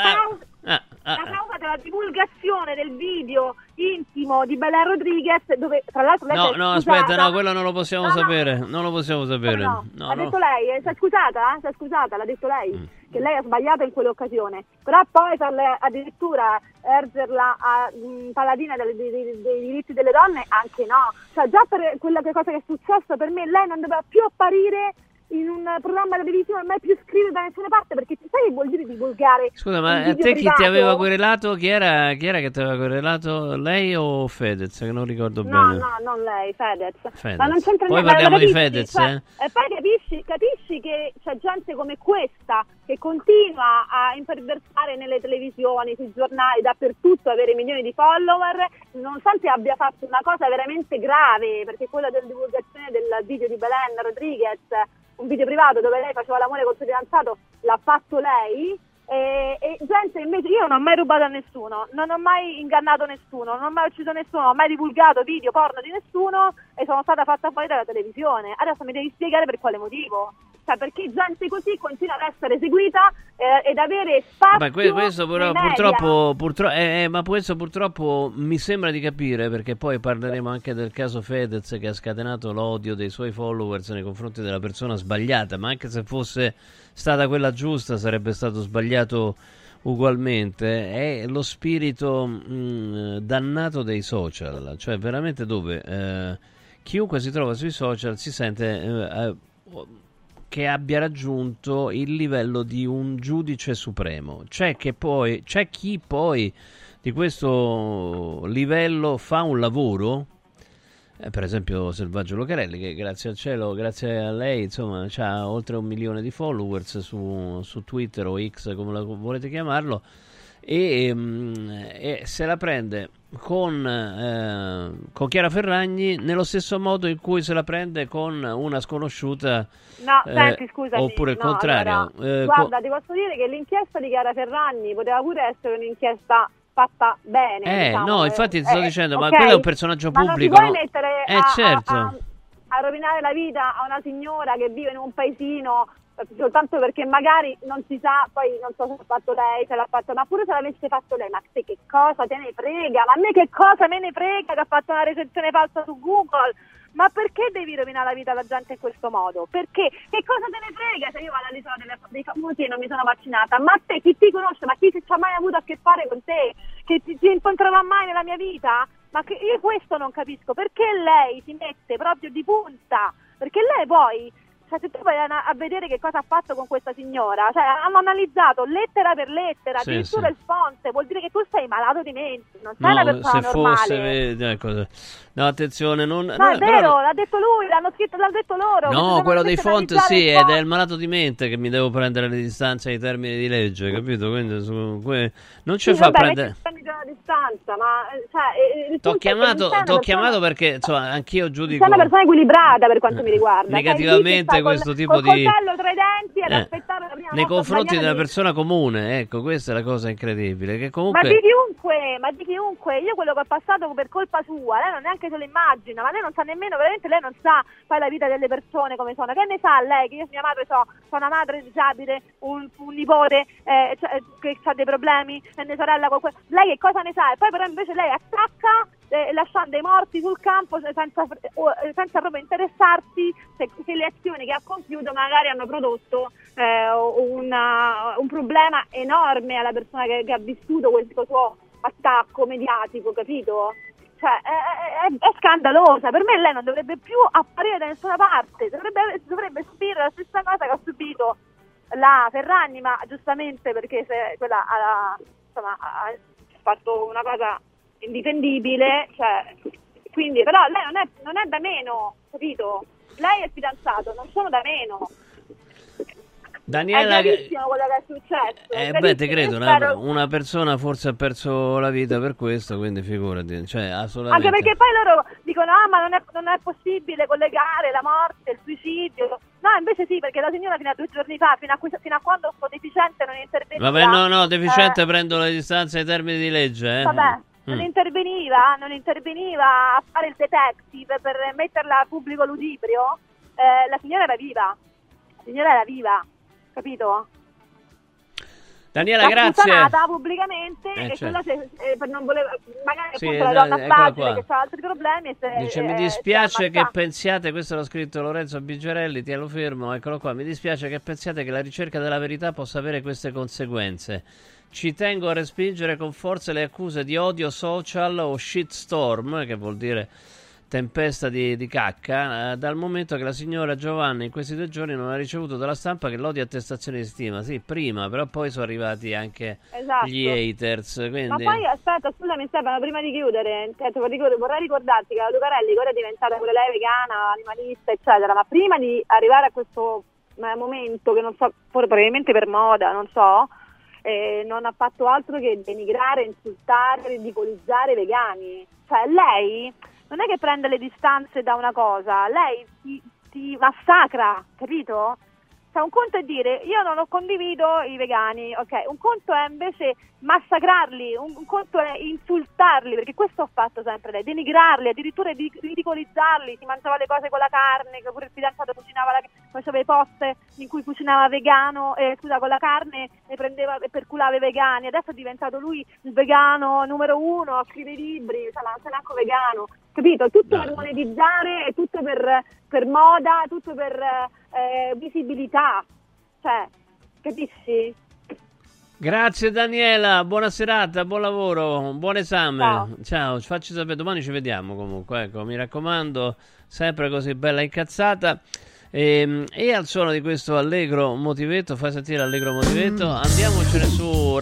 la causa della divulgazione del video intimo di Belen Rodriguez, dove tra l'altro lei aspetta, quello non lo possiamo sapere. Non lo possiamo sapere. L'ha detto lei, si è scusata, l'ha detto lei, che lei ha sbagliato in quell'occasione. Però poi addirittura ergerla a paladina dei diritti delle donne, anche no. Cioè, già per quella cosa che è successo, per me lei non doveva più apparire in un programma televisivo, non mai più scrivere da nessuna parte, perché sai che vuol dire divulgare. Scusa, ma a te chi ti aveva querelato? Chi era che ti aveva querelato? Lei o Fedez? Che non ricordo bene. No, non lei, Fedez. Ma non c'entra poi parliamo di Fedez, E poi capisci che c'è gente come questa che continua a imperversare nelle televisioni, sui giornali, dappertutto, avere milioni di follower, nonostante abbia fatto una cosa veramente grave, perché quella della divulgazione del video di Belen Rodriguez, un video privato dove lei faceva l'amore col suo fidanzato, l'ha fatto lei, e gente invece, io non ho mai rubato a nessuno, non ho mai ingannato nessuno, non ho mai ucciso nessuno, non ho mai divulgato video porno di nessuno e sono stata fatta fuori dalla televisione. Adesso mi devi spiegare per quale motivo. Cioè, perché gente così continua ad essere seguita ed avere spazio. Ma questo però purtroppo mi sembra di capire, perché poi parleremo anche del caso Fedez, che ha scatenato l'odio dei suoi followers nei confronti della persona sbagliata, ma anche se fosse stata quella giusta sarebbe stato sbagliato ugualmente. È lo spirito dannato dei social, cioè veramente dove chiunque si trova sui social si sente che abbia raggiunto il livello di un giudice supremo. C'è chi poi di questo livello fa un lavoro, per esempio Selvaggio Lucarelli, che grazie al cielo, grazie a lei, insomma, ha oltre 1 milione di followers su Twitter o X, come la volete chiamarlo, e se la prende con Chiara Ferragni nello stesso modo in cui se la prende con una sconosciuta. No, senti, scusami, oppure il contrario. Allora, guarda, ti posso dire che l'inchiesta di Chiara Ferragni poteva pure essere un'inchiesta fatta bene. Diciamo. No, infatti ti sto dicendo, ma quello è un personaggio pubblico. Ma non ti puoi mettere certo. a rovinare la vita a una signora che vive in un paesino soltanto perché magari non si sa, poi non so se l'ha fatto lei, se l'ha fatto, ma pure se l'avesse fatto lei, ma te che cosa te ne frega? Ma a me che cosa me ne frega che ha fatto una recensione falsa su Google? Ma perché devi rovinare la vita alla gente in questo modo? Perché? Che cosa te ne frega se io vado all'isola dei famosi e non mi sono vaccinata? Ma te, chi ti conosce? Ma chi ci ha mai avuto a che fare con te? Che ti incontrerà mai nella mia vita? Ma che io questo non capisco. Perché lei si mette proprio di punta? Perché lei poi... Cioè, se tu vai a vedere che cosa ha fatto con questa signora, cioè hanno analizzato lettera per lettera, addirittura il fonte, vuol dire che tu sei malato di mente, non sei una persona normale. No, attenzione, no, è vero, l'ha detto lui, l'hanno detto loro. No, quello dei font sì, ed è il malato di mente che mi devo prendere le distanze ai termini di legge, capito? Quindi non ci fa prendere la distanza, ma t'ho chiamato perché insomma anch'io giudico. Sei una persona equilibrata per quanto mi riguarda. Negativamente questo tipo col coltello tra i denti ad aspettare la prima nei confronti della persona comune, ecco, questa è la cosa incredibile, che comunque... Ma di chiunque, io quello che ho passato per colpa sua, lei non neanche se lo immagina, ma lei non sa nemmeno, veramente lei non sa poi la vita delle persone come sono, che ne sa lei, che io mia madre so una madre disabile, un nipote che ha dei problemi, e mia sorella con lei che cosa ne sa? E poi però invece lei attacca lasciando i morti sul campo senza proprio interessarsi se le azioni che ha compiuto magari hanno prodotto un problema enorme alla persona che ha vissuto questo suo attacco mediatico, capito? Cioè è scandalosa. Per me lei non dovrebbe più apparire da nessuna parte, dovrebbe subire la stessa cosa che ha subito la Ferragni, ma giustamente perché quella ha fatto una cosa indifendibile, cioè, quindi però lei non è da meno, capito? Lei è il fidanzato, non sono da meno. Daniela, è gravissimo quello che è successo. Te credo, una persona forse ha perso la vita per questo, quindi figurati, cioè, assolutamente. Anche perché poi loro dicono ma non è possibile collegare la morte, il suicidio. No, invece sì, perché la signora fino a 2 giorni fa, fino a quando sto deficiente non interveniva. Vabbè, no, deficiente prendo le distanze ai termini di legge. Vabbè. Non interveniva a fare il detective per metterla a pubblico ludibrio. La signora era viva, capito? Daniela, grazie. Pubblicamente e certo. Per non voleva, magari sì, appunto la donna fragile che ha altri problemi. Dice mi dispiace che pensiate, questo l'ha scritto Lorenzo Bigerelli, te lo firmo, eccolo qua. Mi dispiace che pensiate che la ricerca della verità possa avere queste conseguenze. Ci tengo a respingere con forza le accuse di odio social o shitstorm, che vuol dire tempesta di cacca, dal momento che la signora Giovanna in questi 2 giorni non ha ricevuto dalla stampa che l'odio e attestazioni di stima. Sì, prima, però poi sono arrivati anche gli haters. Quindi... Ma poi aspetta, scusami Stefano, prima di chiudere, vorrei ricordarti che la Lucarelli ora è diventata pure lei vegana, animalista, eccetera, ma prima di arrivare a questo momento, che non so, probabilmente per moda, non so, non ha fatto altro che denigrare, insultare, ridicolizzare i vegani. Cioè lei non è che prende le distanze da una cosa, lei ti massacra, capito? Cioè un conto è dire io non ho condivido i vegani, ok, un conto è invece massacrarli, un conto è insultarli, perché questo ha fatto sempre lei, denigrarli, addirittura ridicolizzarli, si mangiava le cose con la carne, che pure il fidanzato cucinava, faceva i post in cui cucinava vegano, con la carne ne prendeva e perculava i vegani, adesso è diventato lui il vegano numero 1, scrive i libri, non è neanche vegano, capito? Tutto per monetizzare, è tutto per moda, tutto per visibilità, cioè, capisci? Grazie Daniela, buona serata, buon lavoro, buon esame. Ciao, facci sapere, domani ci vediamo comunque, ecco, mi raccomando, sempre così bella incazzata. E al suono di questo allegro motivetto, fai sentire allegro motivetto, andiamocene su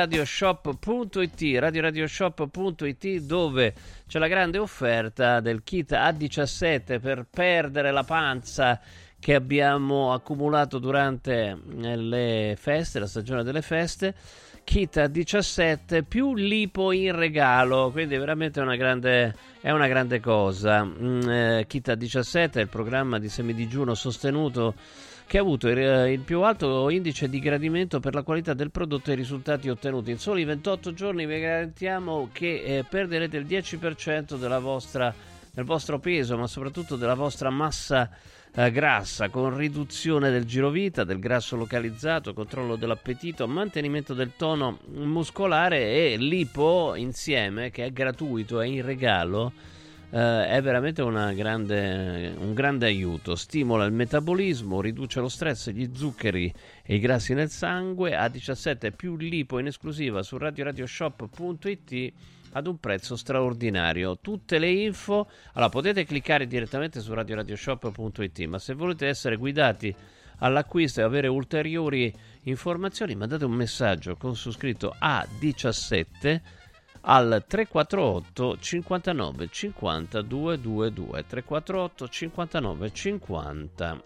radioradioshop.it, dove c'è la grande offerta del kit A17 per perdere la panza che abbiamo accumulato durante le feste, la stagione delle feste. Kit A17 più lipo in regalo, quindi veramente è una grande cosa. Kit A17 è il programma di semidigiuno sostenuto che ha avuto il più alto indice di gradimento per la qualità del prodotto e i risultati ottenuti. In soli 28 giorni vi garantiamo che perderete il 10% del vostro peso, ma soprattutto della vostra massa grassa, con riduzione del girovita, del grasso localizzato, controllo dell'appetito, mantenimento del tono muscolare e lipo insieme, che è gratuito, è in regalo. È veramente un grande aiuto, stimola il metabolismo, riduce lo stress, gli zuccheri e i grassi nel sangue. A17 più lipo in esclusiva su radioradioshop.it ad un prezzo straordinario. Tutte le info, allora potete cliccare direttamente su radioradioshop.it, ma se volete essere guidati all'acquisto e avere ulteriori informazioni, mandate un messaggio con su scritto A17 al 348 59 50 222 348 59 50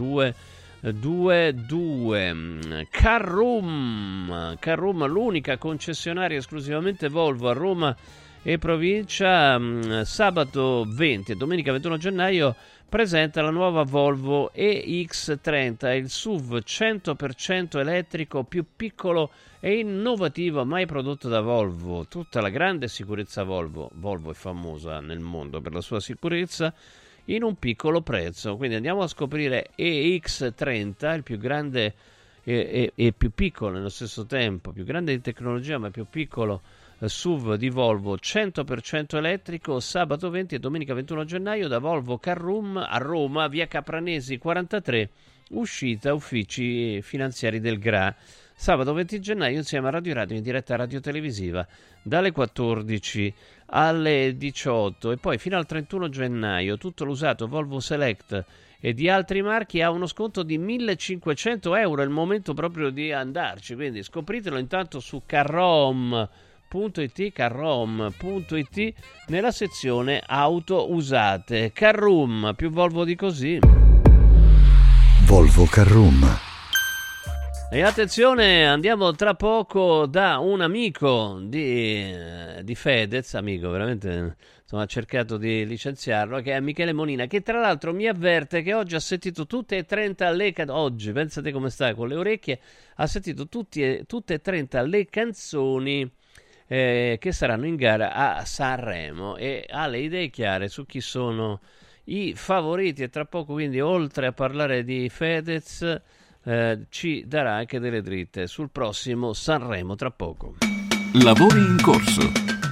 222. Carrum, l'unica concessionaria esclusivamente Volvo a Roma e provincia. Sabato 20 e domenica 21 gennaio presenta la nuova Volvo EX30, il SUV 100% elettrico più piccolo e innovativo mai prodotto da Volvo. Tutta la grande sicurezza Volvo. Volvo è famosa nel mondo per la sua sicurezza in un piccolo prezzo. Quindi andiamo a scoprire EX30, il più grande e più piccolo nello stesso tempo, più grande di tecnologia ma più piccolo SUV di Volvo 100% elettrico, sabato 20 e domenica 21 gennaio da Volvo Carroom a Roma, via Capranesi 43, uscita uffici finanziari del GRA. Sabato 20 gennaio insieme a Radio in diretta radiotelevisiva dalle 14 alle 18 e poi fino al 31 gennaio tutto l'usato Volvo Select e di altri marchi ha uno sconto di 1.500 euro, è il momento proprio di andarci, quindi scopritelo intanto su carrom.it nella sezione auto usate. Carroom, più Volvo di così. Volvo Carroom. E attenzione, andiamo tra poco da un amico di Fedez, amico veramente, insomma, ha cercato di licenziarlo, che è Michele Monina, che tra l'altro mi avverte che oggi ha sentito tutte e 30 le oggi, pensate come sta con le orecchie, ha sentito tutte e 30 le canzoni che saranno in gara a Sanremo e ha le idee chiare su chi sono i favoriti e tra poco, quindi oltre a parlare di Fedez, ci darà anche delle dritte sul prossimo Sanremo tra poco. Lavori in corso.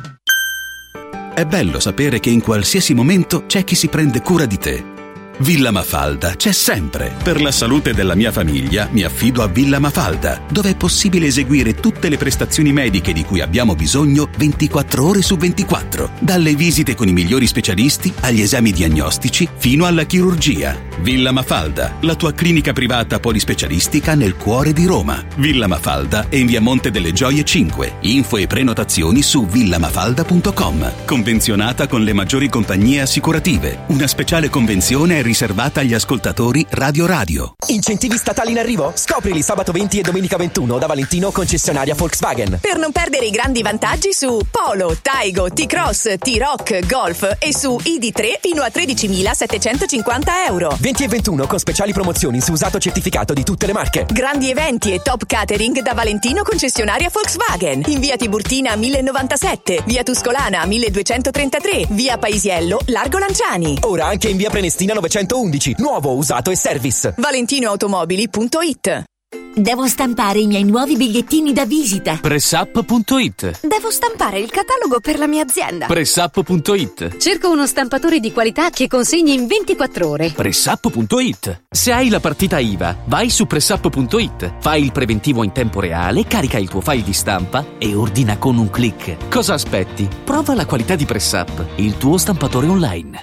È bello sapere che in qualsiasi momento c'è chi si prende cura di te. Villa Mafalda c'è sempre. Per la salute della mia famiglia mi affido a Villa Mafalda, dove è possibile eseguire tutte le prestazioni mediche di cui abbiamo bisogno 24 ore su 24. Dalle visite con i migliori specialisti agli esami diagnostici fino alla chirurgia. Villa Mafalda, la tua clinica privata polispecialistica nel cuore di Roma. Villa Mafalda è in via Monte delle Gioie 5. Info e prenotazioni su villamafalda.com. Convenzionata con le maggiori compagnie assicurative. Una speciale convenzione è riservata agli ascoltatori Radio. Incentivi statali in arrivo? Scoprili sabato 20 e domenica 21 da Valentino, concessionaria Volkswagen. Per non perdere i grandi vantaggi su Polo, Taigo, T-Cross, T-Rock, Golf e su ID3 fino a 13.750 euro. 20 e 21 con speciali promozioni su usato certificato di tutte le marche. Grandi eventi e top catering da Valentino, concessionaria Volkswagen. In via Tiburtina 1097, via Tuscolana 1233, via Paisiello, Largo Lanciani. Ora anche in via Prenestina 911, nuovo, usato e service. ValentinoAutomobili.it. Devo stampare i miei nuovi bigliettini da visita. Pressup.it. Devo stampare il catalogo per la mia azienda. Pressup.it. Cerco uno stampatore di qualità che consegni in 24 ore. Pressup.it. Se hai la partita IVA, vai su Pressup.it, fai il preventivo in tempo reale, carica il tuo file di stampa e ordina con un click. Cosa aspetti? Prova la qualità di Pressup, il tuo stampatore online.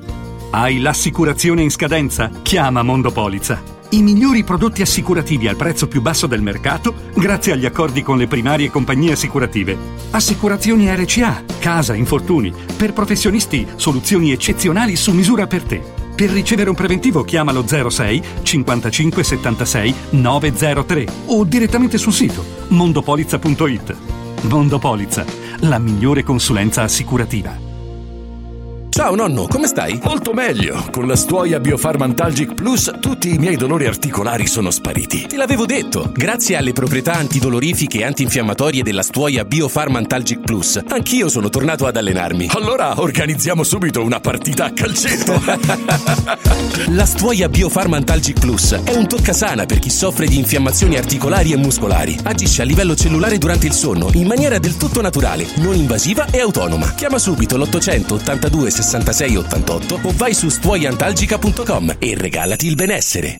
Hai l'assicurazione in scadenza? Chiama Mondopolizza. I migliori prodotti assicurativi al prezzo più basso del mercato grazie agli accordi con le primarie compagnie assicurative. Assicurazioni RCA, casa, infortuni. Per professionisti, soluzioni eccezionali su misura per te. Per ricevere un preventivo chiamalo 06 55 76 903 o direttamente sul sito mondopolizza.it. Mondopolizza, la migliore consulenza assicurativa. Ciao nonno, come stai? Molto meglio. Con la Stuoia Biofarm Antalgic Plus tutti i miei dolori articolari sono spariti. Te l'avevo detto. Grazie alle proprietà antidolorifiche e antinfiammatorie della Stuoia Biofarm Antalgic Plus, anch'io sono tornato ad allenarmi. Allora organizziamo subito una partita a calcetto. La Stuoia Biofarm Antalgic Plus è un toccasana per chi soffre di infiammazioni articolari e muscolari. Agisce a livello cellulare durante il sonno in maniera del tutto naturale, non invasiva e autonoma. Chiama subito l'882 66 88 o vai su stuoiantalgica.com e regalati il benessere.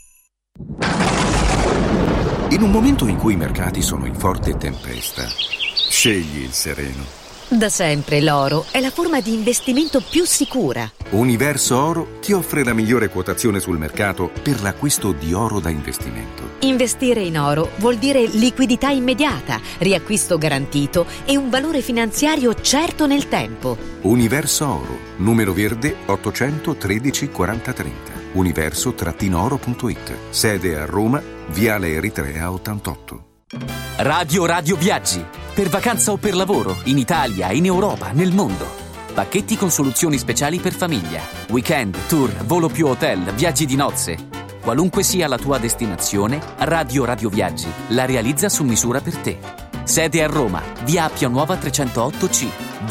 In un momento in cui i mercati sono in forte tempesta, scegli il sereno. Da sempre l'oro è la forma di investimento più sicura. Universo Oro ti offre la migliore quotazione sul mercato per l'acquisto di oro da investimento. Investire in oro vuol dire liquidità immediata, riacquisto garantito e un valore finanziario certo nel tempo. Universo Oro, numero verde 813 4030. Universo-oro.it. Sede a Roma, Viale Eritrea 88. Radio Viaggi. per vacanza o per lavoro, in Italia, in Europa, nel mondo. Pacchetti con soluzioni speciali per famiglia. Weekend, tour, volo più hotel, viaggi di nozze. Qualunque sia la tua destinazione, Radio Viaggi la realizza su misura per te. Sede a Roma, via Appia Nuova 308C,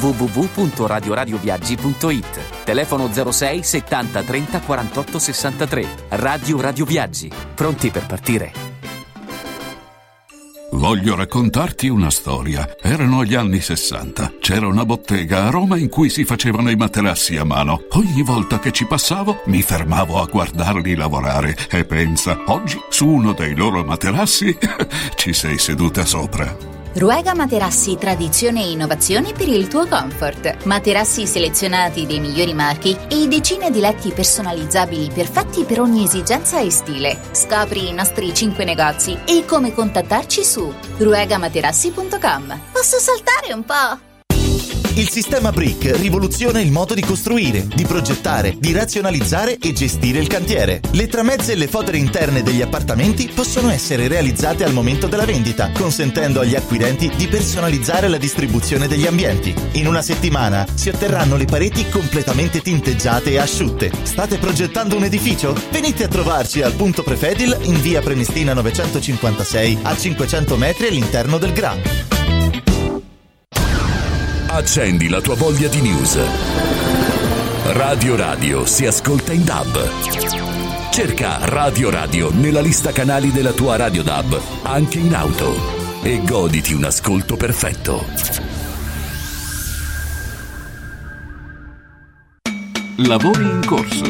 www.radioradioviaggi.it. Telefono 06 70 30 48 63. Radio Viaggi, pronti per partire. Voglio raccontarti una storia. Erano gli anni 60. C'era una bottega a Roma in cui si facevano i materassi a mano. Ogni volta che ci passavo mi fermavo a guardarli lavorare e pensa, oggi su uno dei loro materassi ci sei seduta sopra. Ruega Materassi, tradizione e innovazione per il tuo comfort. Materassi selezionati dei migliori marchi e decine di letti personalizzabili perfetti per ogni esigenza e stile. Scopri i nostri 5 negozi e come contattarci su ruegamaterassi.com. Posso saltare un po'? Il sistema Brick rivoluziona il modo di costruire, di progettare, di razionalizzare e gestire il cantiere. Le tramezze e le fodere interne degli appartamenti possono essere realizzate al momento della vendita, consentendo agli acquirenti di personalizzare la distribuzione degli ambienti. In una settimana si otterranno le pareti completamente tinteggiate e asciutte. State progettando un edificio? Venite a trovarci al punto Prefedil in via Prenestina 956 a 500 metri all'interno del Gra. Accendi la tua voglia di news. Radio si ascolta in DAB. Cerca Radio nella lista canali della tua Radio DAB, anche in auto, e goditi un ascolto perfetto. Lavori in corso.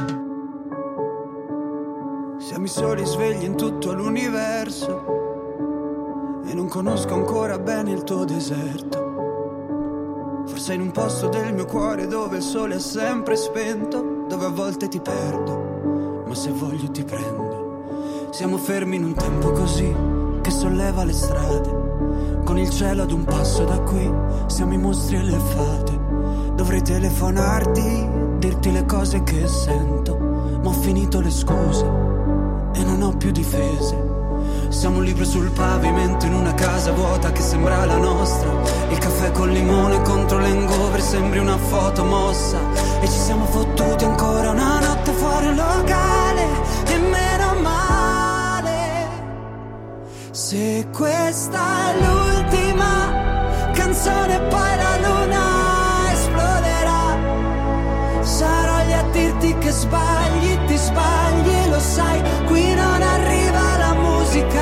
Siamo i soli svegli in tutto l'universo e non conosco ancora bene il tuo deserto. Forse in un posto del mio cuore dove il sole è sempre spento, dove a volte ti perdo, ma se voglio ti prendo. Siamo fermi in un tempo così che solleva le strade, con il cielo ad un passo da qui, siamo i mostri e le fate. Dovrei telefonarti, dirti le cose che sento, ma ho finito le scuse e non ho più difese. Siamo un libro sul pavimento in una casa vuota che sembra la nostra. Il caffè col limone contro l'hangover sembri una foto mossa. E ci siamo fottuti ancora una notte fuori un locale, e meno male. Se questa è l'ultima canzone poi la luna esploderà. Sarò lì a dirti che sbagli, ti sbagli e lo sai. Qui non arriva la musica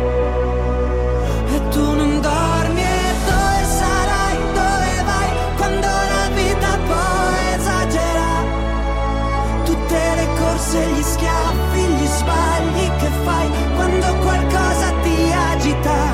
e tu non dormi. E dove sarai, dove vai quando la vita poi esagera? Tutte le corse, gli schiaffi, gli sbagli che fai quando qualcosa ti agita.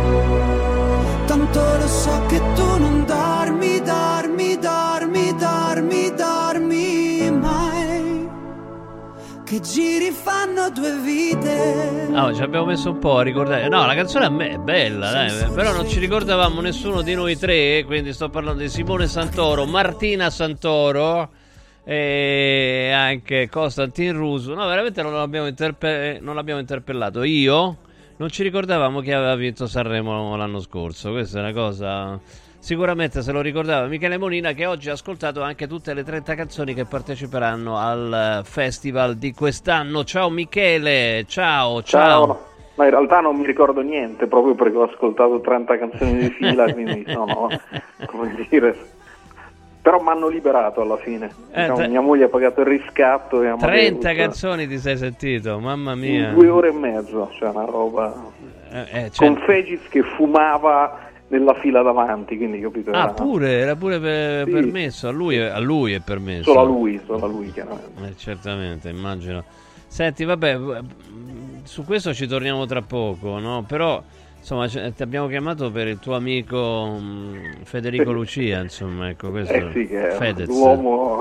Tanto lo so che tu non dormi, dormi, dormi, dormi, dormi mai. Che giri fanno due vite. No, ci abbiamo messo un po' a ricordare. No, la canzone a me è bella, dai, però non ci ricordavamo nessuno di noi tre, quindi sto parlando di Simone Santoro, Martina Santoro e anche Costantin Rusu. No, veramente non l'abbiamo interpellato. Io non ci ricordavamo chi aveva vinto Sanremo l'anno scorso. Questa è una cosa... Sicuramente se lo ricordava Michele Molina, che oggi ha ascoltato anche tutte le 30 canzoni che parteciperanno al festival di quest'anno. Ciao Michele, ciao. Ma in realtà non mi ricordo niente, proprio perché ho ascoltato 30 canzoni di fila, quindi sono, come dire... Però mi hanno liberato alla fine. Mia moglie ha pagato il riscatto. 30 canzoni ti sei sentito, mamma mia. In 2 ore e mezzo, cioè una roba... Con Fegiz che fumava nella fila davanti, quindi capito? Era pure permesso, a lui è permesso. Solo a lui chiaramente. Certamente, immagino. Senti, vabbè, su questo ci torniamo tra poco, no? Però insomma ti abbiamo chiamato per il tuo amico Federico Lucia, insomma, ecco, questo sì, che è Fedez. L'uomo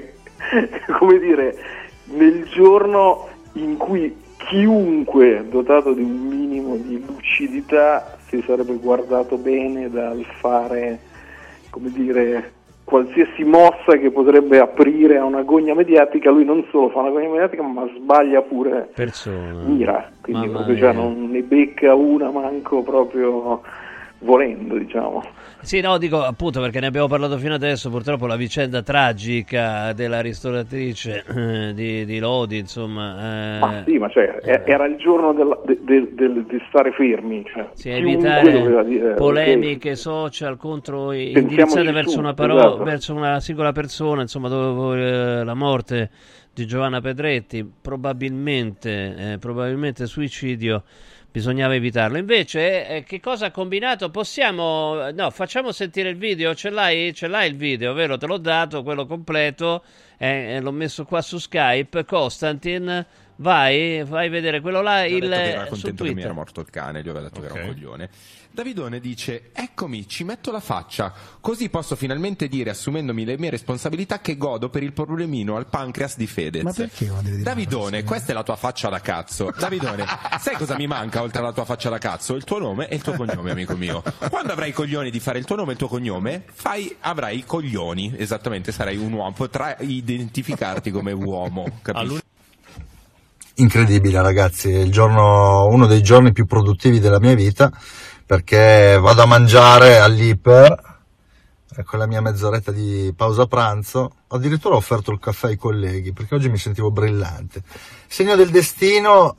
come dire, nel giorno in cui chiunque dotato di un minimo di lucidità si sarebbe guardato bene dal fare, come dire, qualsiasi mossa che potrebbe aprire a una gogna mediatica, lui non solo fa una gogna mediatica ma sbaglia pure persona, mira, quindi proprio, cioè, non ne becca una manco proprio volendo, diciamo. Sì, no, dico appunto perché ne abbiamo parlato fino adesso, purtroppo la vicenda tragica della ristoratrice di Lodi, insomma. Ma sì, ma cioè, era il giorno di stare fermi. Cioè, sì, evitare polemiche social contro indirizzate verso una esatto. verso una singola persona, insomma, dopo la morte di Giovanna Pedretti, probabilmente suicidio. Bisognava evitarlo. Invece, che cosa ha combinato? Facciamo sentire il video. Ce l'hai il video, vero? Te l'ho dato, quello completo. L'ho messo qua su Skype. Costantin, vai a vedere quello là. Era contento su che Twitter. mi era morto il cane, gli aveva detto che era un coglione. Davidone dice: eccomi, ci metto la faccia, così posso finalmente dire, assumendomi le mie responsabilità, che godo per il problemino al pancreas di Fedez. Ma perché Davidone, questa è la tua faccia da cazzo. Davidone, sai cosa mi manca oltre alla tua faccia da cazzo? Il tuo nome e il tuo cognome, amico mio. Quando avrai i coglioni di fare il tuo nome e il tuo cognome, avrai i coglioni, esattamente, sarai un uomo, potrai identificarti come uomo, capisci? Incredibile, ragazzi, è uno dei giorni più produttivi della mia vita, perché vado a mangiare all'Iper con la mia mezz'oretta di pausa pranzo. Addirittura ho offerto il caffè ai colleghi perché oggi mi sentivo brillante. Segno del destino,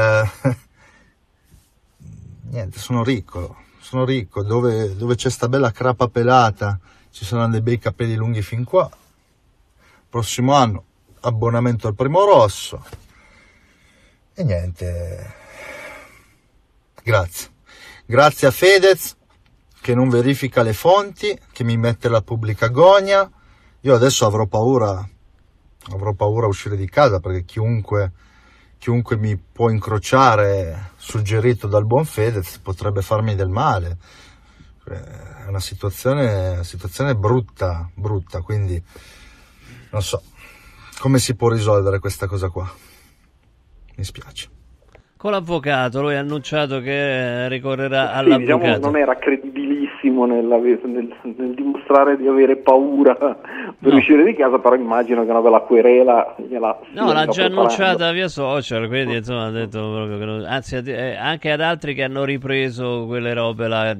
niente, sono ricco dove c'è sta bella crapa pelata, ci saranno dei bei capelli lunghi fin qua. Prossimo anno abbonamento al Primo Rosso e niente, grazie a Fedez che non verifica le fonti, che mi mette la pubblica gogna. Io adesso avrò paura a uscire di casa, perché chiunque mi può incrociare suggerito dal buon Fedez potrebbe farmi del male. È una situazione brutta, quindi non so come si può risolvere questa cosa qua. Mi spiace. Con l'avvocato, lui ha annunciato che ricorrerà all'avvocato. Diciamo, non era credibilissimo nel dimostrare di avere paura per uscire di casa, però immagino che una bella querela l'ha già annunciata via social, quindi insomma ha detto proprio che anzi anche ad altri che hanno ripreso quelle robe là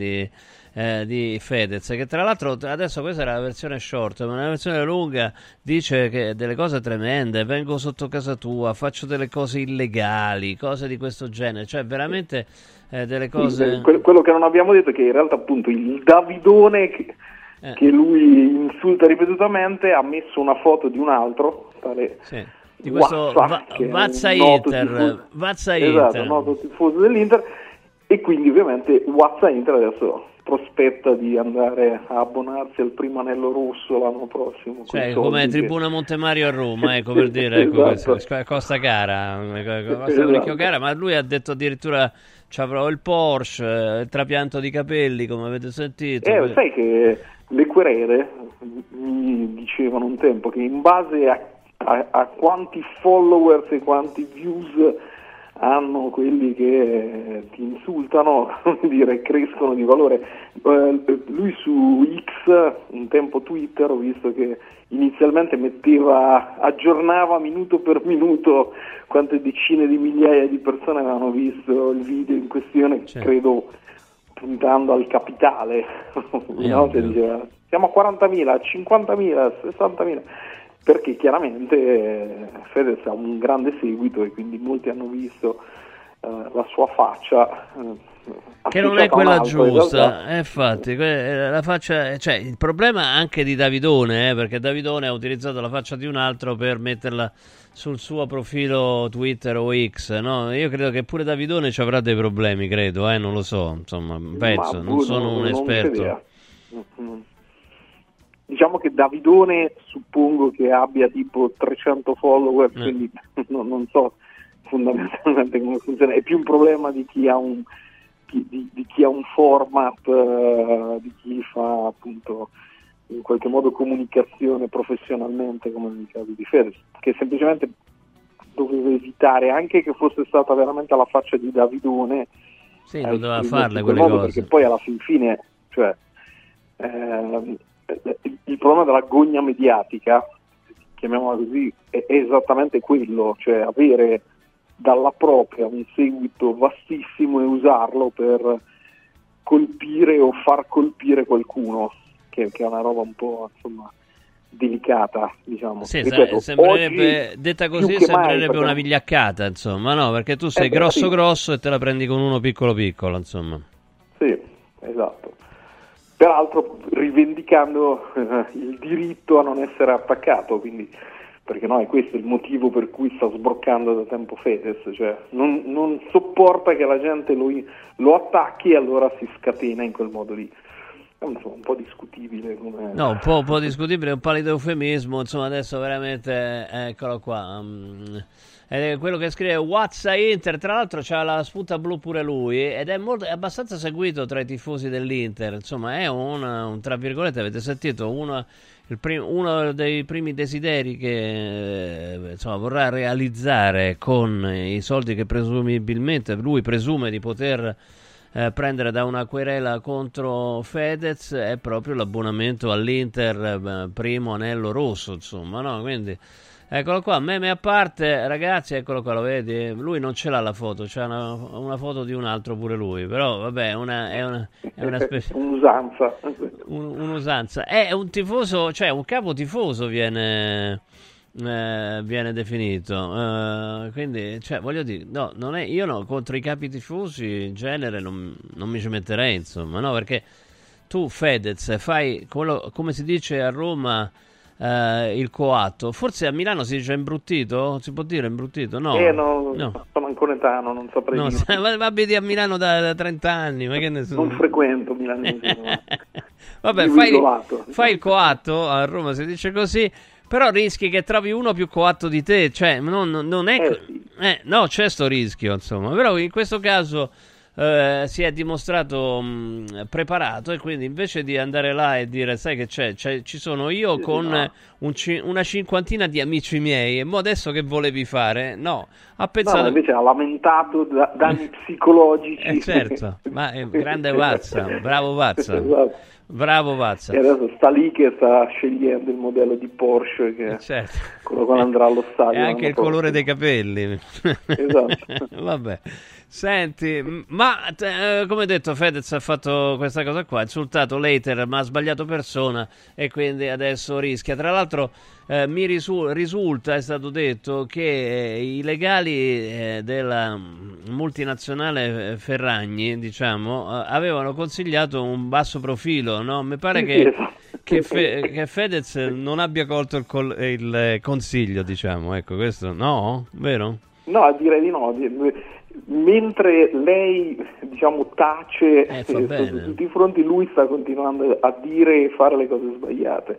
di Fedez, che tra l'altro adesso questa era la versione short, ma nella versione lunga dice che delle cose tremende: vengo sotto casa tua, faccio delle cose illegali, cose di questo genere, cioè veramente delle cose. Quello che non abbiamo detto è che in realtà appunto il Davidone che lui insulta ripetutamente ha messo una foto di un altro tale di questo Vazza Inter, esatto, noto tifoso dell'Inter, e quindi ovviamente Vazza Inter adesso prospetta di andare a abbonarsi al primo anello rosso l'anno prossimo, cioè come Tribuna Montemario a Roma, ecco, per dire, esatto. Costa cara, parecchio cara, ma lui ha detto addirittura ci avrò il Porsche, il trapianto di capelli, come avete sentito. Sai che le querele mi dicevano un tempo che in base a quanti followers e quanti views hanno quelli che ti insultano, crescono di valore. Lui su X, un tempo Twitter, ho visto che inizialmente aggiornava minuto per minuto quante decine di migliaia di persone avevano visto il video in questione, credo puntando al capitale. Diceva, siamo a 40.000, a 50.000, 60.000. Perché chiaramente Fedez ha un grande seguito e quindi molti hanno visto la sua faccia che non è quella giusta, infatti la faccia, cioè il problema anche di Davidone, perché Davidone ha utilizzato la faccia di un altro per metterla sul suo profilo Twitter o X, no? Io credo che pure Davidone ci avrà dei problemi, credo, non lo so, insomma, penso, non sono un esperto. Diciamo che Davidone suppongo che abbia tipo 300 follower, quindi non so fondamentalmente come funziona. È più un problema di chi ha un format, di chi fa appunto in qualche modo comunicazione professionalmente, come nel caso di Fedez, che semplicemente doveva evitare, anche che fosse stata veramente alla faccia di Davidone, non doveva farle quelle cose, perché poi alla fine, cioè il problema della gogna mediatica, chiamiamola così, è esattamente quello, cioè avere dalla propria un seguito vastissimo e usarlo per colpire o far colpire qualcuno, che è una roba un po', insomma, delicata, diciamo. Sì, ripeto, sembrerebbe, detta così, sembrerebbe una perché... vigliaccata, insomma, no? Perché tu sei grosso e te la prendi con uno piccolo, insomma. Sì, esatto. Peraltro rivendicando il diritto a non essere attaccato, quindi, perché no, è questo il motivo per cui sta sbroccando da tempo Fedez, cioè non sopporta che la gente lo attacchi e allora si scatena in quel modo lì. Insomma, un po' discutibile come... No, un po' discutibile, un palido eufemismo, insomma, adesso veramente, eccolo qua. È quello che scrive WhatsApp Inter, tra l'altro c'ha la spunta blu pure lui, ed è abbastanza seguito tra i tifosi dell'Inter, insomma è un tra virgolette, avete sentito, uno dei primi desideri che insomma, vorrà realizzare con i soldi che presumibilmente lui presume di poter prendere da una querela contro Fedez, è proprio l'abbonamento all'Inter, primo anello rosso, insomma, no? Quindi eccolo qua, meme a parte, ragazzi, eccolo qua, lo vedi? Lui non ce l'ha la foto, c'ha una foto di un altro pure lui, però vabbè, è una specie... un'usanza. Un'usanza. È un tifoso, cioè un capo tifoso viene definito, quindi, cioè, voglio dire, no, non è, io no, contro i capi tifosi in genere non mi ci metterei, insomma, no, perché tu, Fedez, fai quello, come si dice a Roma, il coatto. Forse a Milano si dice imbruttito? Si può dire imbruttito? No, no. Sono anconetano, non saprei dire. Ma abiti a Milano da 30 anni, ma che ne so. Non frequento milanese. Vabbè, fai il coatto, a Roma si dice così, però rischi che trovi uno più coatto di te, cioè non è... no, c'è sto rischio, insomma, però in questo caso... si è dimostrato preparato, e quindi invece di andare là e dire sai che c'è ci sono io con una cinquantina di amici miei e mo adesso che volevi fare? No, ha pensato... No, invece ha lamentato danni psicologici. Certo, ma è grande Vazza, bravo Vazza. Esatto. Bravo Vazza. E adesso sta lì che sta scegliendo il modello di Porsche che quello quando andrà allo stadio. E anche il colore dei capelli. Esatto. Vabbè. Senti, ma come detto, Fedez ha fatto questa cosa qua, ha insultato l'hater ma ha sbagliato persona e quindi adesso rischia. Tra l'altro mi risulta, è stato detto, che i legali della multinazionale Ferragni, diciamo, avevano consigliato un basso profilo, no? Mi pare che Fedez non abbia colto il consiglio, diciamo, ecco, questo, no? Vero? No, direi di no. Mentre lei, diciamo, tace su tutti i fronti, lui sta continuando a dire e fare le cose sbagliate.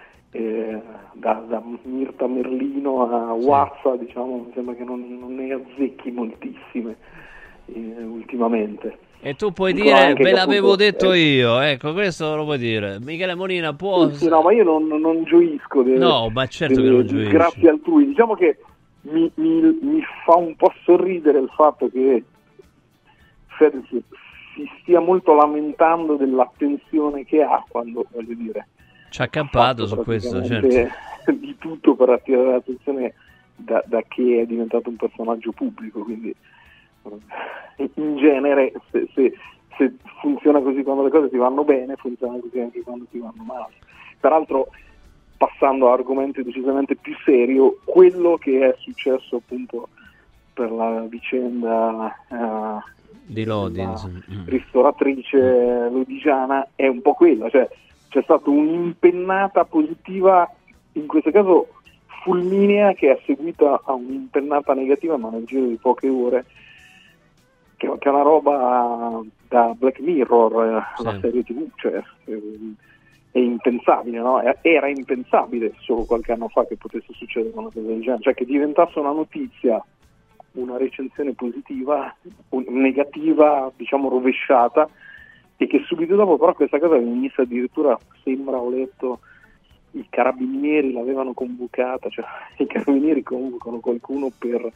Da Mirta Merlino a Wazza, diciamo, mi sembra che non ne azzecchi moltissime ultimamente. E tu puoi dire, ve l'avevo detto io, ecco, questo lo puoi dire. Michele Molina può... Sì, no, ma io non gioisco no, ma certo che non gioisci. Grazie altrui, diciamo che mi fa un po' sorridere il fatto che Fedez si stia molto lamentando dell'attenzione che ha, quando, voglio dire, ci ha accappato su questo, certo, di tutto per attirare l'attenzione da che è diventato un personaggio pubblico, quindi in genere se funziona così quando le cose ti vanno bene, funziona così anche quando ti vanno male. Peraltro, passando a argomenti decisamente più serio, quello che è successo appunto per la vicenda di Lodi, ristoratrice lodigiana è un po' quella, cioè c'è stata un'impennata positiva, in questo caso fulminea, che è seguita a un'impennata negativa ma nel giro di poche ore, che è una roba da Black Mirror, la serie TV, cioè è impensabile, no? Era impensabile solo qualche anno fa che potesse succedere una cosa del genere, cioè che diventasse una notizia, una recensione positiva, negativa, diciamo rovesciata, e che subito dopo però questa cosa venisse addirittura, sembra, ho letto, i carabinieri l'avevano convocata, cioè i carabinieri convocano qualcuno per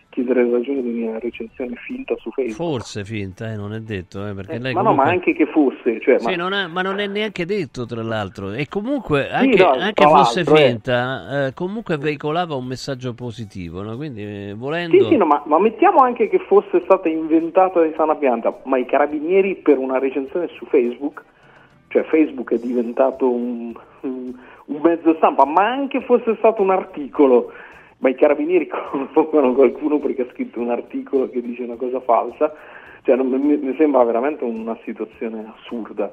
chiedere ragione di una recensione finta su Facebook. Forse finta, non è detto, perché lei ma comunque... no, ma anche che fosse, cioè, sì, ma non è neanche detto, tra l'altro, e comunque sì, anche fosse finta, comunque veicolava un messaggio positivo, no? Quindi volendo... Sì, no, ma mettiamo anche che fosse stata inventata di sana pianta, ma i carabinieri per una recensione su Facebook, cioè Facebook è diventato un mezzo stampa, ma anche fosse stato un articolo, ma i carabinieri convocano qualcuno perché ha scritto un articolo che dice una cosa falsa, cioè mi sembra veramente una situazione assurda,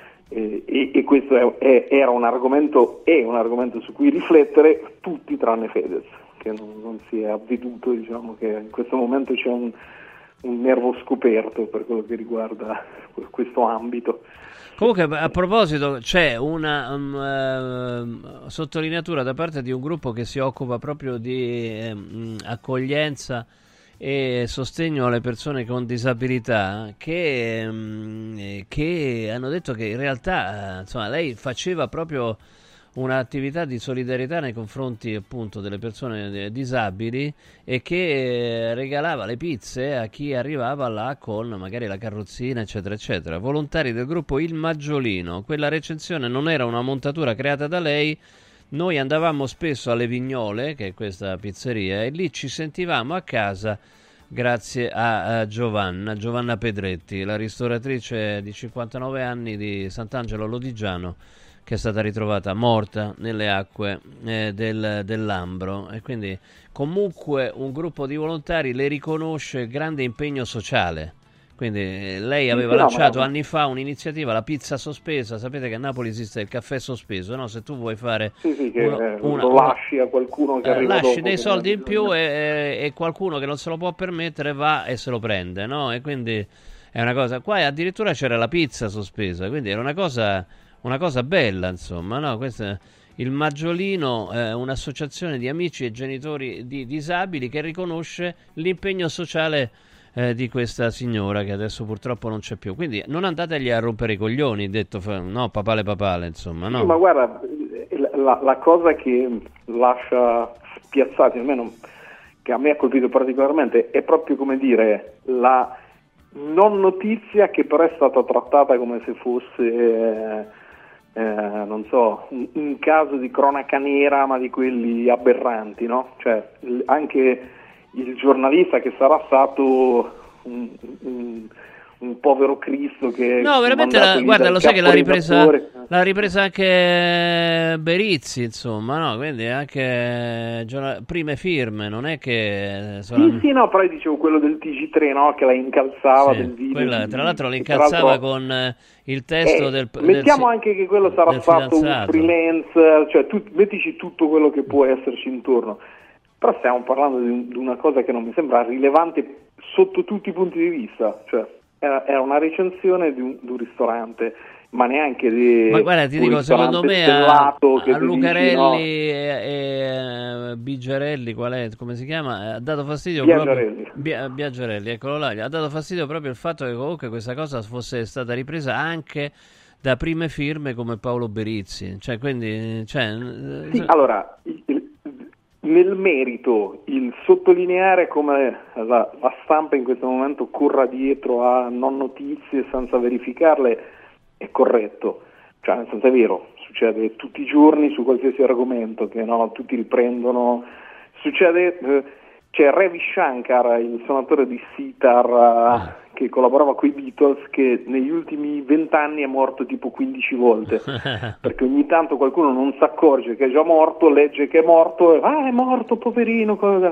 e questo era un argomento su cui riflettere tutti tranne Fedez, che non si è avveduto, diciamo, che in questo momento c'è un nervo scoperto per quello che riguarda questo ambito. Comunque, a proposito, c'è una sottolineatura da parte di un gruppo che si occupa proprio di accoglienza e sostegno alle persone con disabilità, che hanno detto che in realtà, insomma, lei faceva proprio un'attività di solidarietà nei confronti appunto delle persone disabili, e che regalava le pizze a chi arrivava là con magari la carrozzina, eccetera eccetera. Volontari del gruppo Il Maggiolino. Quella recensione non era una montatura creata da lei. Noi andavamo spesso alle Vignole, che è questa pizzeria, e lì ci sentivamo a casa grazie a Giovanna Pedretti, la ristoratrice di 59 anni di Sant'Angelo Lodigiano, che è stata ritrovata morta nelle acque del Lambro. E quindi comunque un gruppo di volontari le riconosce grande impegno sociale. Quindi lei aveva lanciato anni fa un'iniziativa, la pizza sospesa. Sapete che a Napoli esiste il caffè sospeso, no? Se tu vuoi fare lo lasci a qualcuno che arriva lasci dopo, dei soldi in più, e qualcuno che non se lo può permettere va e se lo prende, no? E quindi è una cosa. Qua addirittura c'era la pizza sospesa, quindi era una cosa bella, insomma, no? Questo è Il Maggiolino, un'associazione di amici e genitori di disabili che riconosce l'impegno sociale di questa signora, che adesso purtroppo non c'è più. Quindi non andategli a rompere i coglioni, detto no, papale, insomma, no? Sì, ma guarda, la cosa che lascia spiazzati, almeno che a me ha colpito particolarmente, è proprio, come dire, la non notizia che però è stata trattata come se fosse non so, un caso di cronaca nera, ma di quelli aberranti, no? Cioè anche il giornalista, che sarà stato un povero Cristo che... No, veramente, guarda, lo sai che l'ha ripresa anche Berizzi, insomma, no? Quindi anche prime firme, non è che... Sì, no, però dicevo quello del TG3, no? Che la incalzava, del video. Tra l'altro la incalzava con il testo mettiamo anche che quello sarà stato un freelance, cioè mettici tutto quello che può esserci intorno. Però stiamo parlando di una cosa che non mi sembra rilevante sotto tutti i punti di vista, cioè era una recensione di un ristorante, ma neanche di... Ma guarda, ti dico, secondo me a Lucarelli e Bigerelli, come si chiama? Ha dato fastidio Biagiarelli, eccolo là, ha dato fastidio proprio il fatto che comunque questa cosa fosse stata ripresa anche da prime firme come Paolo Berizzi, cioè quindi... Sì, allora... Nel merito, il sottolineare come la stampa in questo momento corra dietro a non notizie senza verificarle è corretto, cioè nel senso è vero, succede tutti i giorni su qualsiasi argomento, che no, tutti riprendono, succede, c'è Ravi Shankar, il suonatore di sitar che collaborava con i Beatles, che negli ultimi 20 anni è morto tipo 15 volte, perché ogni tanto qualcuno non si accorge che è già morto, legge che è morto, e è morto, poverino,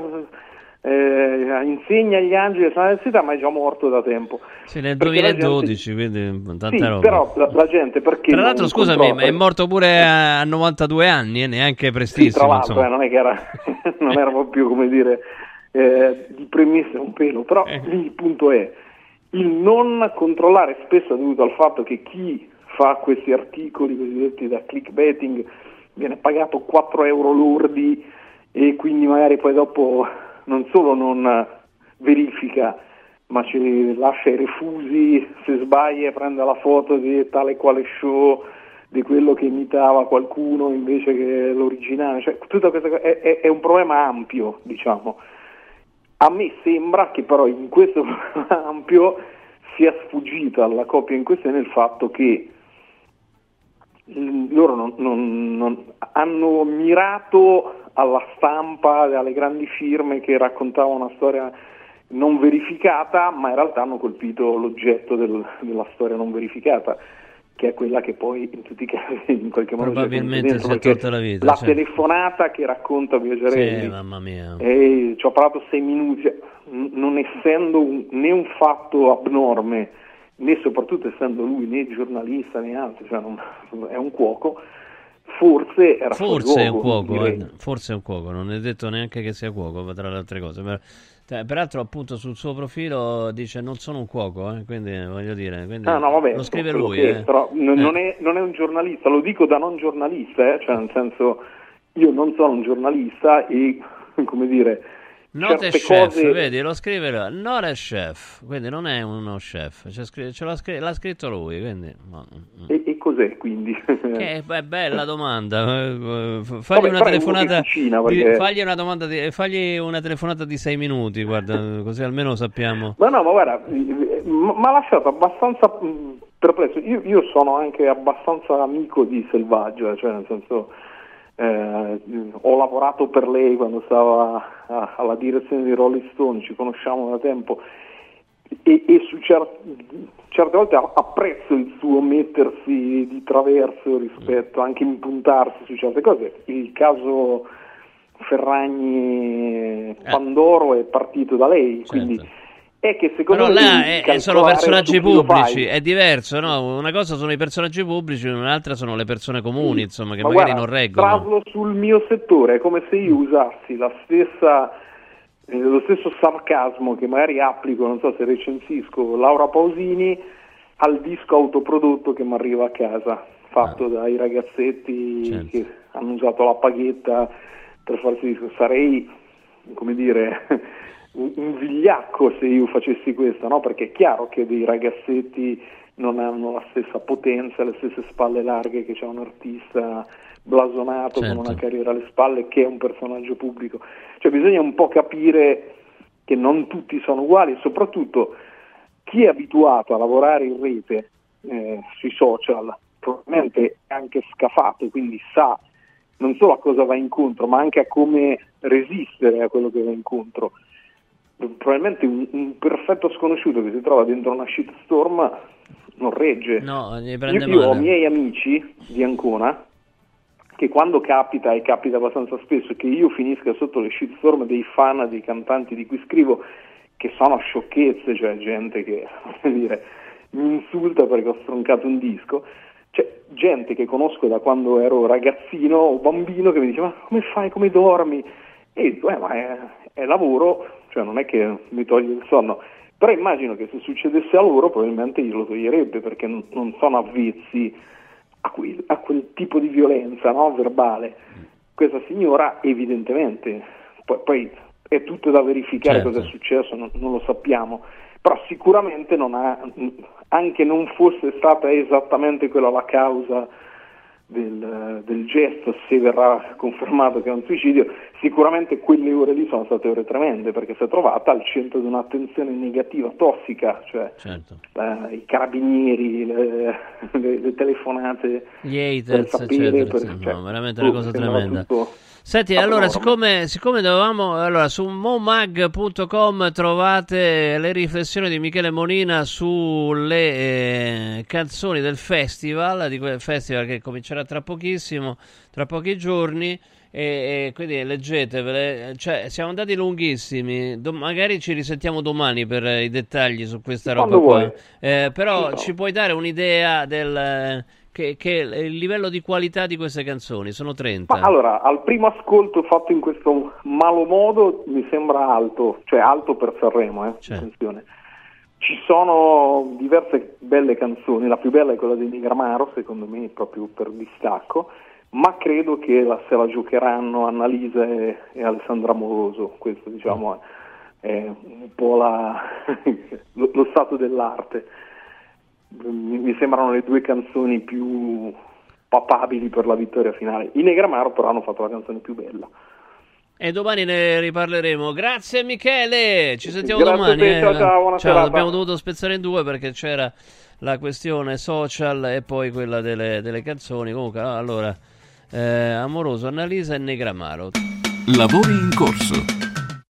insegna agli angeli dell'università, ma è già morto da tempo. Sì, nel 2012, quindi tanta roba. Però la gente, perché... Tra l'altro, scusami, è morto pure a 92 anni, neanche prestissimo. Sì, tra l'altro, non è che era non era proprio, come dire, di premessa un pelo, però lì il punto è il non controllare. Spesso è dovuto al fatto che chi fa questi articoli cosiddetti da clickbaiting viene pagato 4 euro lordi, e quindi magari poi dopo non solo non verifica, ma ci lascia i refusi, se sbaglia prende la foto di tale quale show, di quello che imitava qualcuno invece che l'originale, cioè tutta questa cosa è un problema ampio, diciamo. A me sembra che però in questo ampio sia sfuggita alla coppia in questione il fatto che loro non hanno mirato alla stampa, alle grandi firme che raccontavano una storia non verificata, ma in realtà hanno colpito l'oggetto della storia non verificata, che è quella che poi in tutti i casi in qualche modo probabilmente si è tolta la vita. La telefonata che racconta Biagiarelli, sì, mamma mia, ci ho parlato 6 minuti, non essendo né un fatto abnorme, né soprattutto essendo lui né giornalista né altro, cioè è un cuoco, forse era forse è un cuoco, forse è un cuoco, non è detto neanche che sia cuoco tra le altre cose. Peraltro appunto sul suo profilo dice non sono un cuoco, quindi voglio dire, quindi vabbè, lo scrive lui. Però non è un giornalista, lo dico da non giornalista, cioè nel senso, io non sono un giornalista e, come dire, not a chef, vedi, lo scrive lui, not a chef, quindi non è uno chef, l'ha scritto lui, quindi e cos'è quindi? Che è bella domanda. Fagli una telefonata fagli una telefonata di 6 minuti, guarda, così almeno sappiamo. Ma guarda, mi ha lasciato abbastanza perplesso. Io sono anche abbastanza amico di Selvaggia, cioè nel senso, ho lavorato per lei quando stava alla direzione di Rolling Stone, ci conosciamo da tempo e su certe volte apprezzo il suo mettersi di traverso rispetto, anche impuntarsi su certe cose. Il caso Ferragni Pandoro è partito da lei, certo. Quindi è che secondo me sono personaggi pubblici, è diverso, no? Una cosa sono i personaggi pubblici, un'altra sono le persone comuni, insomma, che magari non reggono. Traslo sul mio settore, è come se io usassi lo stesso sarcasmo che magari applico, non so se recensisco Laura Pausini, al disco autoprodotto che mi arriva a casa, fatto dai ragazzetti, certo, che hanno usato la paghetta per farsi disco. Sarei, come dire, un vigliacco se io facessi questo, no? Perché è chiaro che dei ragazzetti non hanno la stessa potenza, le stesse spalle larghe che c'è un artista blasonato, certo, con una carriera alle spalle, che è un personaggio pubblico. Cioè bisogna un po' capire che non tutti sono uguali, e soprattutto chi è abituato a lavorare in rete sui social probabilmente è anche scafato, quindi sa non solo a cosa va incontro, ma anche a come resistere a quello che va incontro. Probabilmente un perfetto sconosciuto che si trova dentro una shitstorm non regge. No, gli prende io male. Ho miei amici di Ancona che quando capita, e capita abbastanza spesso, che io finisca sotto le shitstorm dei fan dei cantanti di cui scrivo, che sono sciocchezze, cioè gente che, come dire, mi insulta perché ho stroncato un disco, cioè gente che conosco da quando ero ragazzino o bambino che mi dice ma come fai, come dormi? E dico ma è lavoro, cioè non è che mi toglie il sonno, però immagino che se succedesse a loro probabilmente glielo toglierebbe, perché non sono avvezzi a quel tipo di violenza, no, verbale. Questa signora evidentemente, poi è tutto da verificare, certo, cosa è successo, non lo sappiamo, però sicuramente non ha, anche non fosse stata esattamente quella la causa del gesto, se verrà confermato che è un suicidio, sicuramente quelle ore lì sono state ore tremende, perché si è trovata al centro di un'attenzione negativa, tossica, cioè certo, i carabinieri, le telefonate, gli haters, eccetera, cioè, no, veramente una cosa tremenda. Senti, allora, siccome dovevamo, allora, su momag.com trovate le riflessioni di Michele Molina sulle canzoni del festival, di quel festival che comincerà tra pochissimo, tra pochi giorni, e quindi leggetevele, cioè siamo andati lunghissimi, magari ci risentiamo domani per i dettagli su questa roba qua, però ci puoi dare un'idea del... Che il livello di qualità di queste canzoni? Sono 30. Ma allora, al primo ascolto fatto in questo malo modo mi sembra alto, cioè alto per Sanremo, attenzione. Ci sono diverse belle canzoni, la più bella è quella di Negramaro, secondo me, proprio per distacco, ma credo che se la giocheranno Annalisa e Alessandra Moroso, questo diciamo è un po' lo stato dell'arte. Mi sembrano le due canzoni più papabili per la vittoria finale. I Negramaro però hanno fatto la canzone più bella. E domani ne riparleremo. Grazie Michele, ci sentiamo domani. Ciao, ciao. Abbiamo dovuto spezzare in due perché c'era la questione social e poi quella delle canzoni. Comunque, allora, Amoroso, Annalisa e Negramaro. Lavori in corso.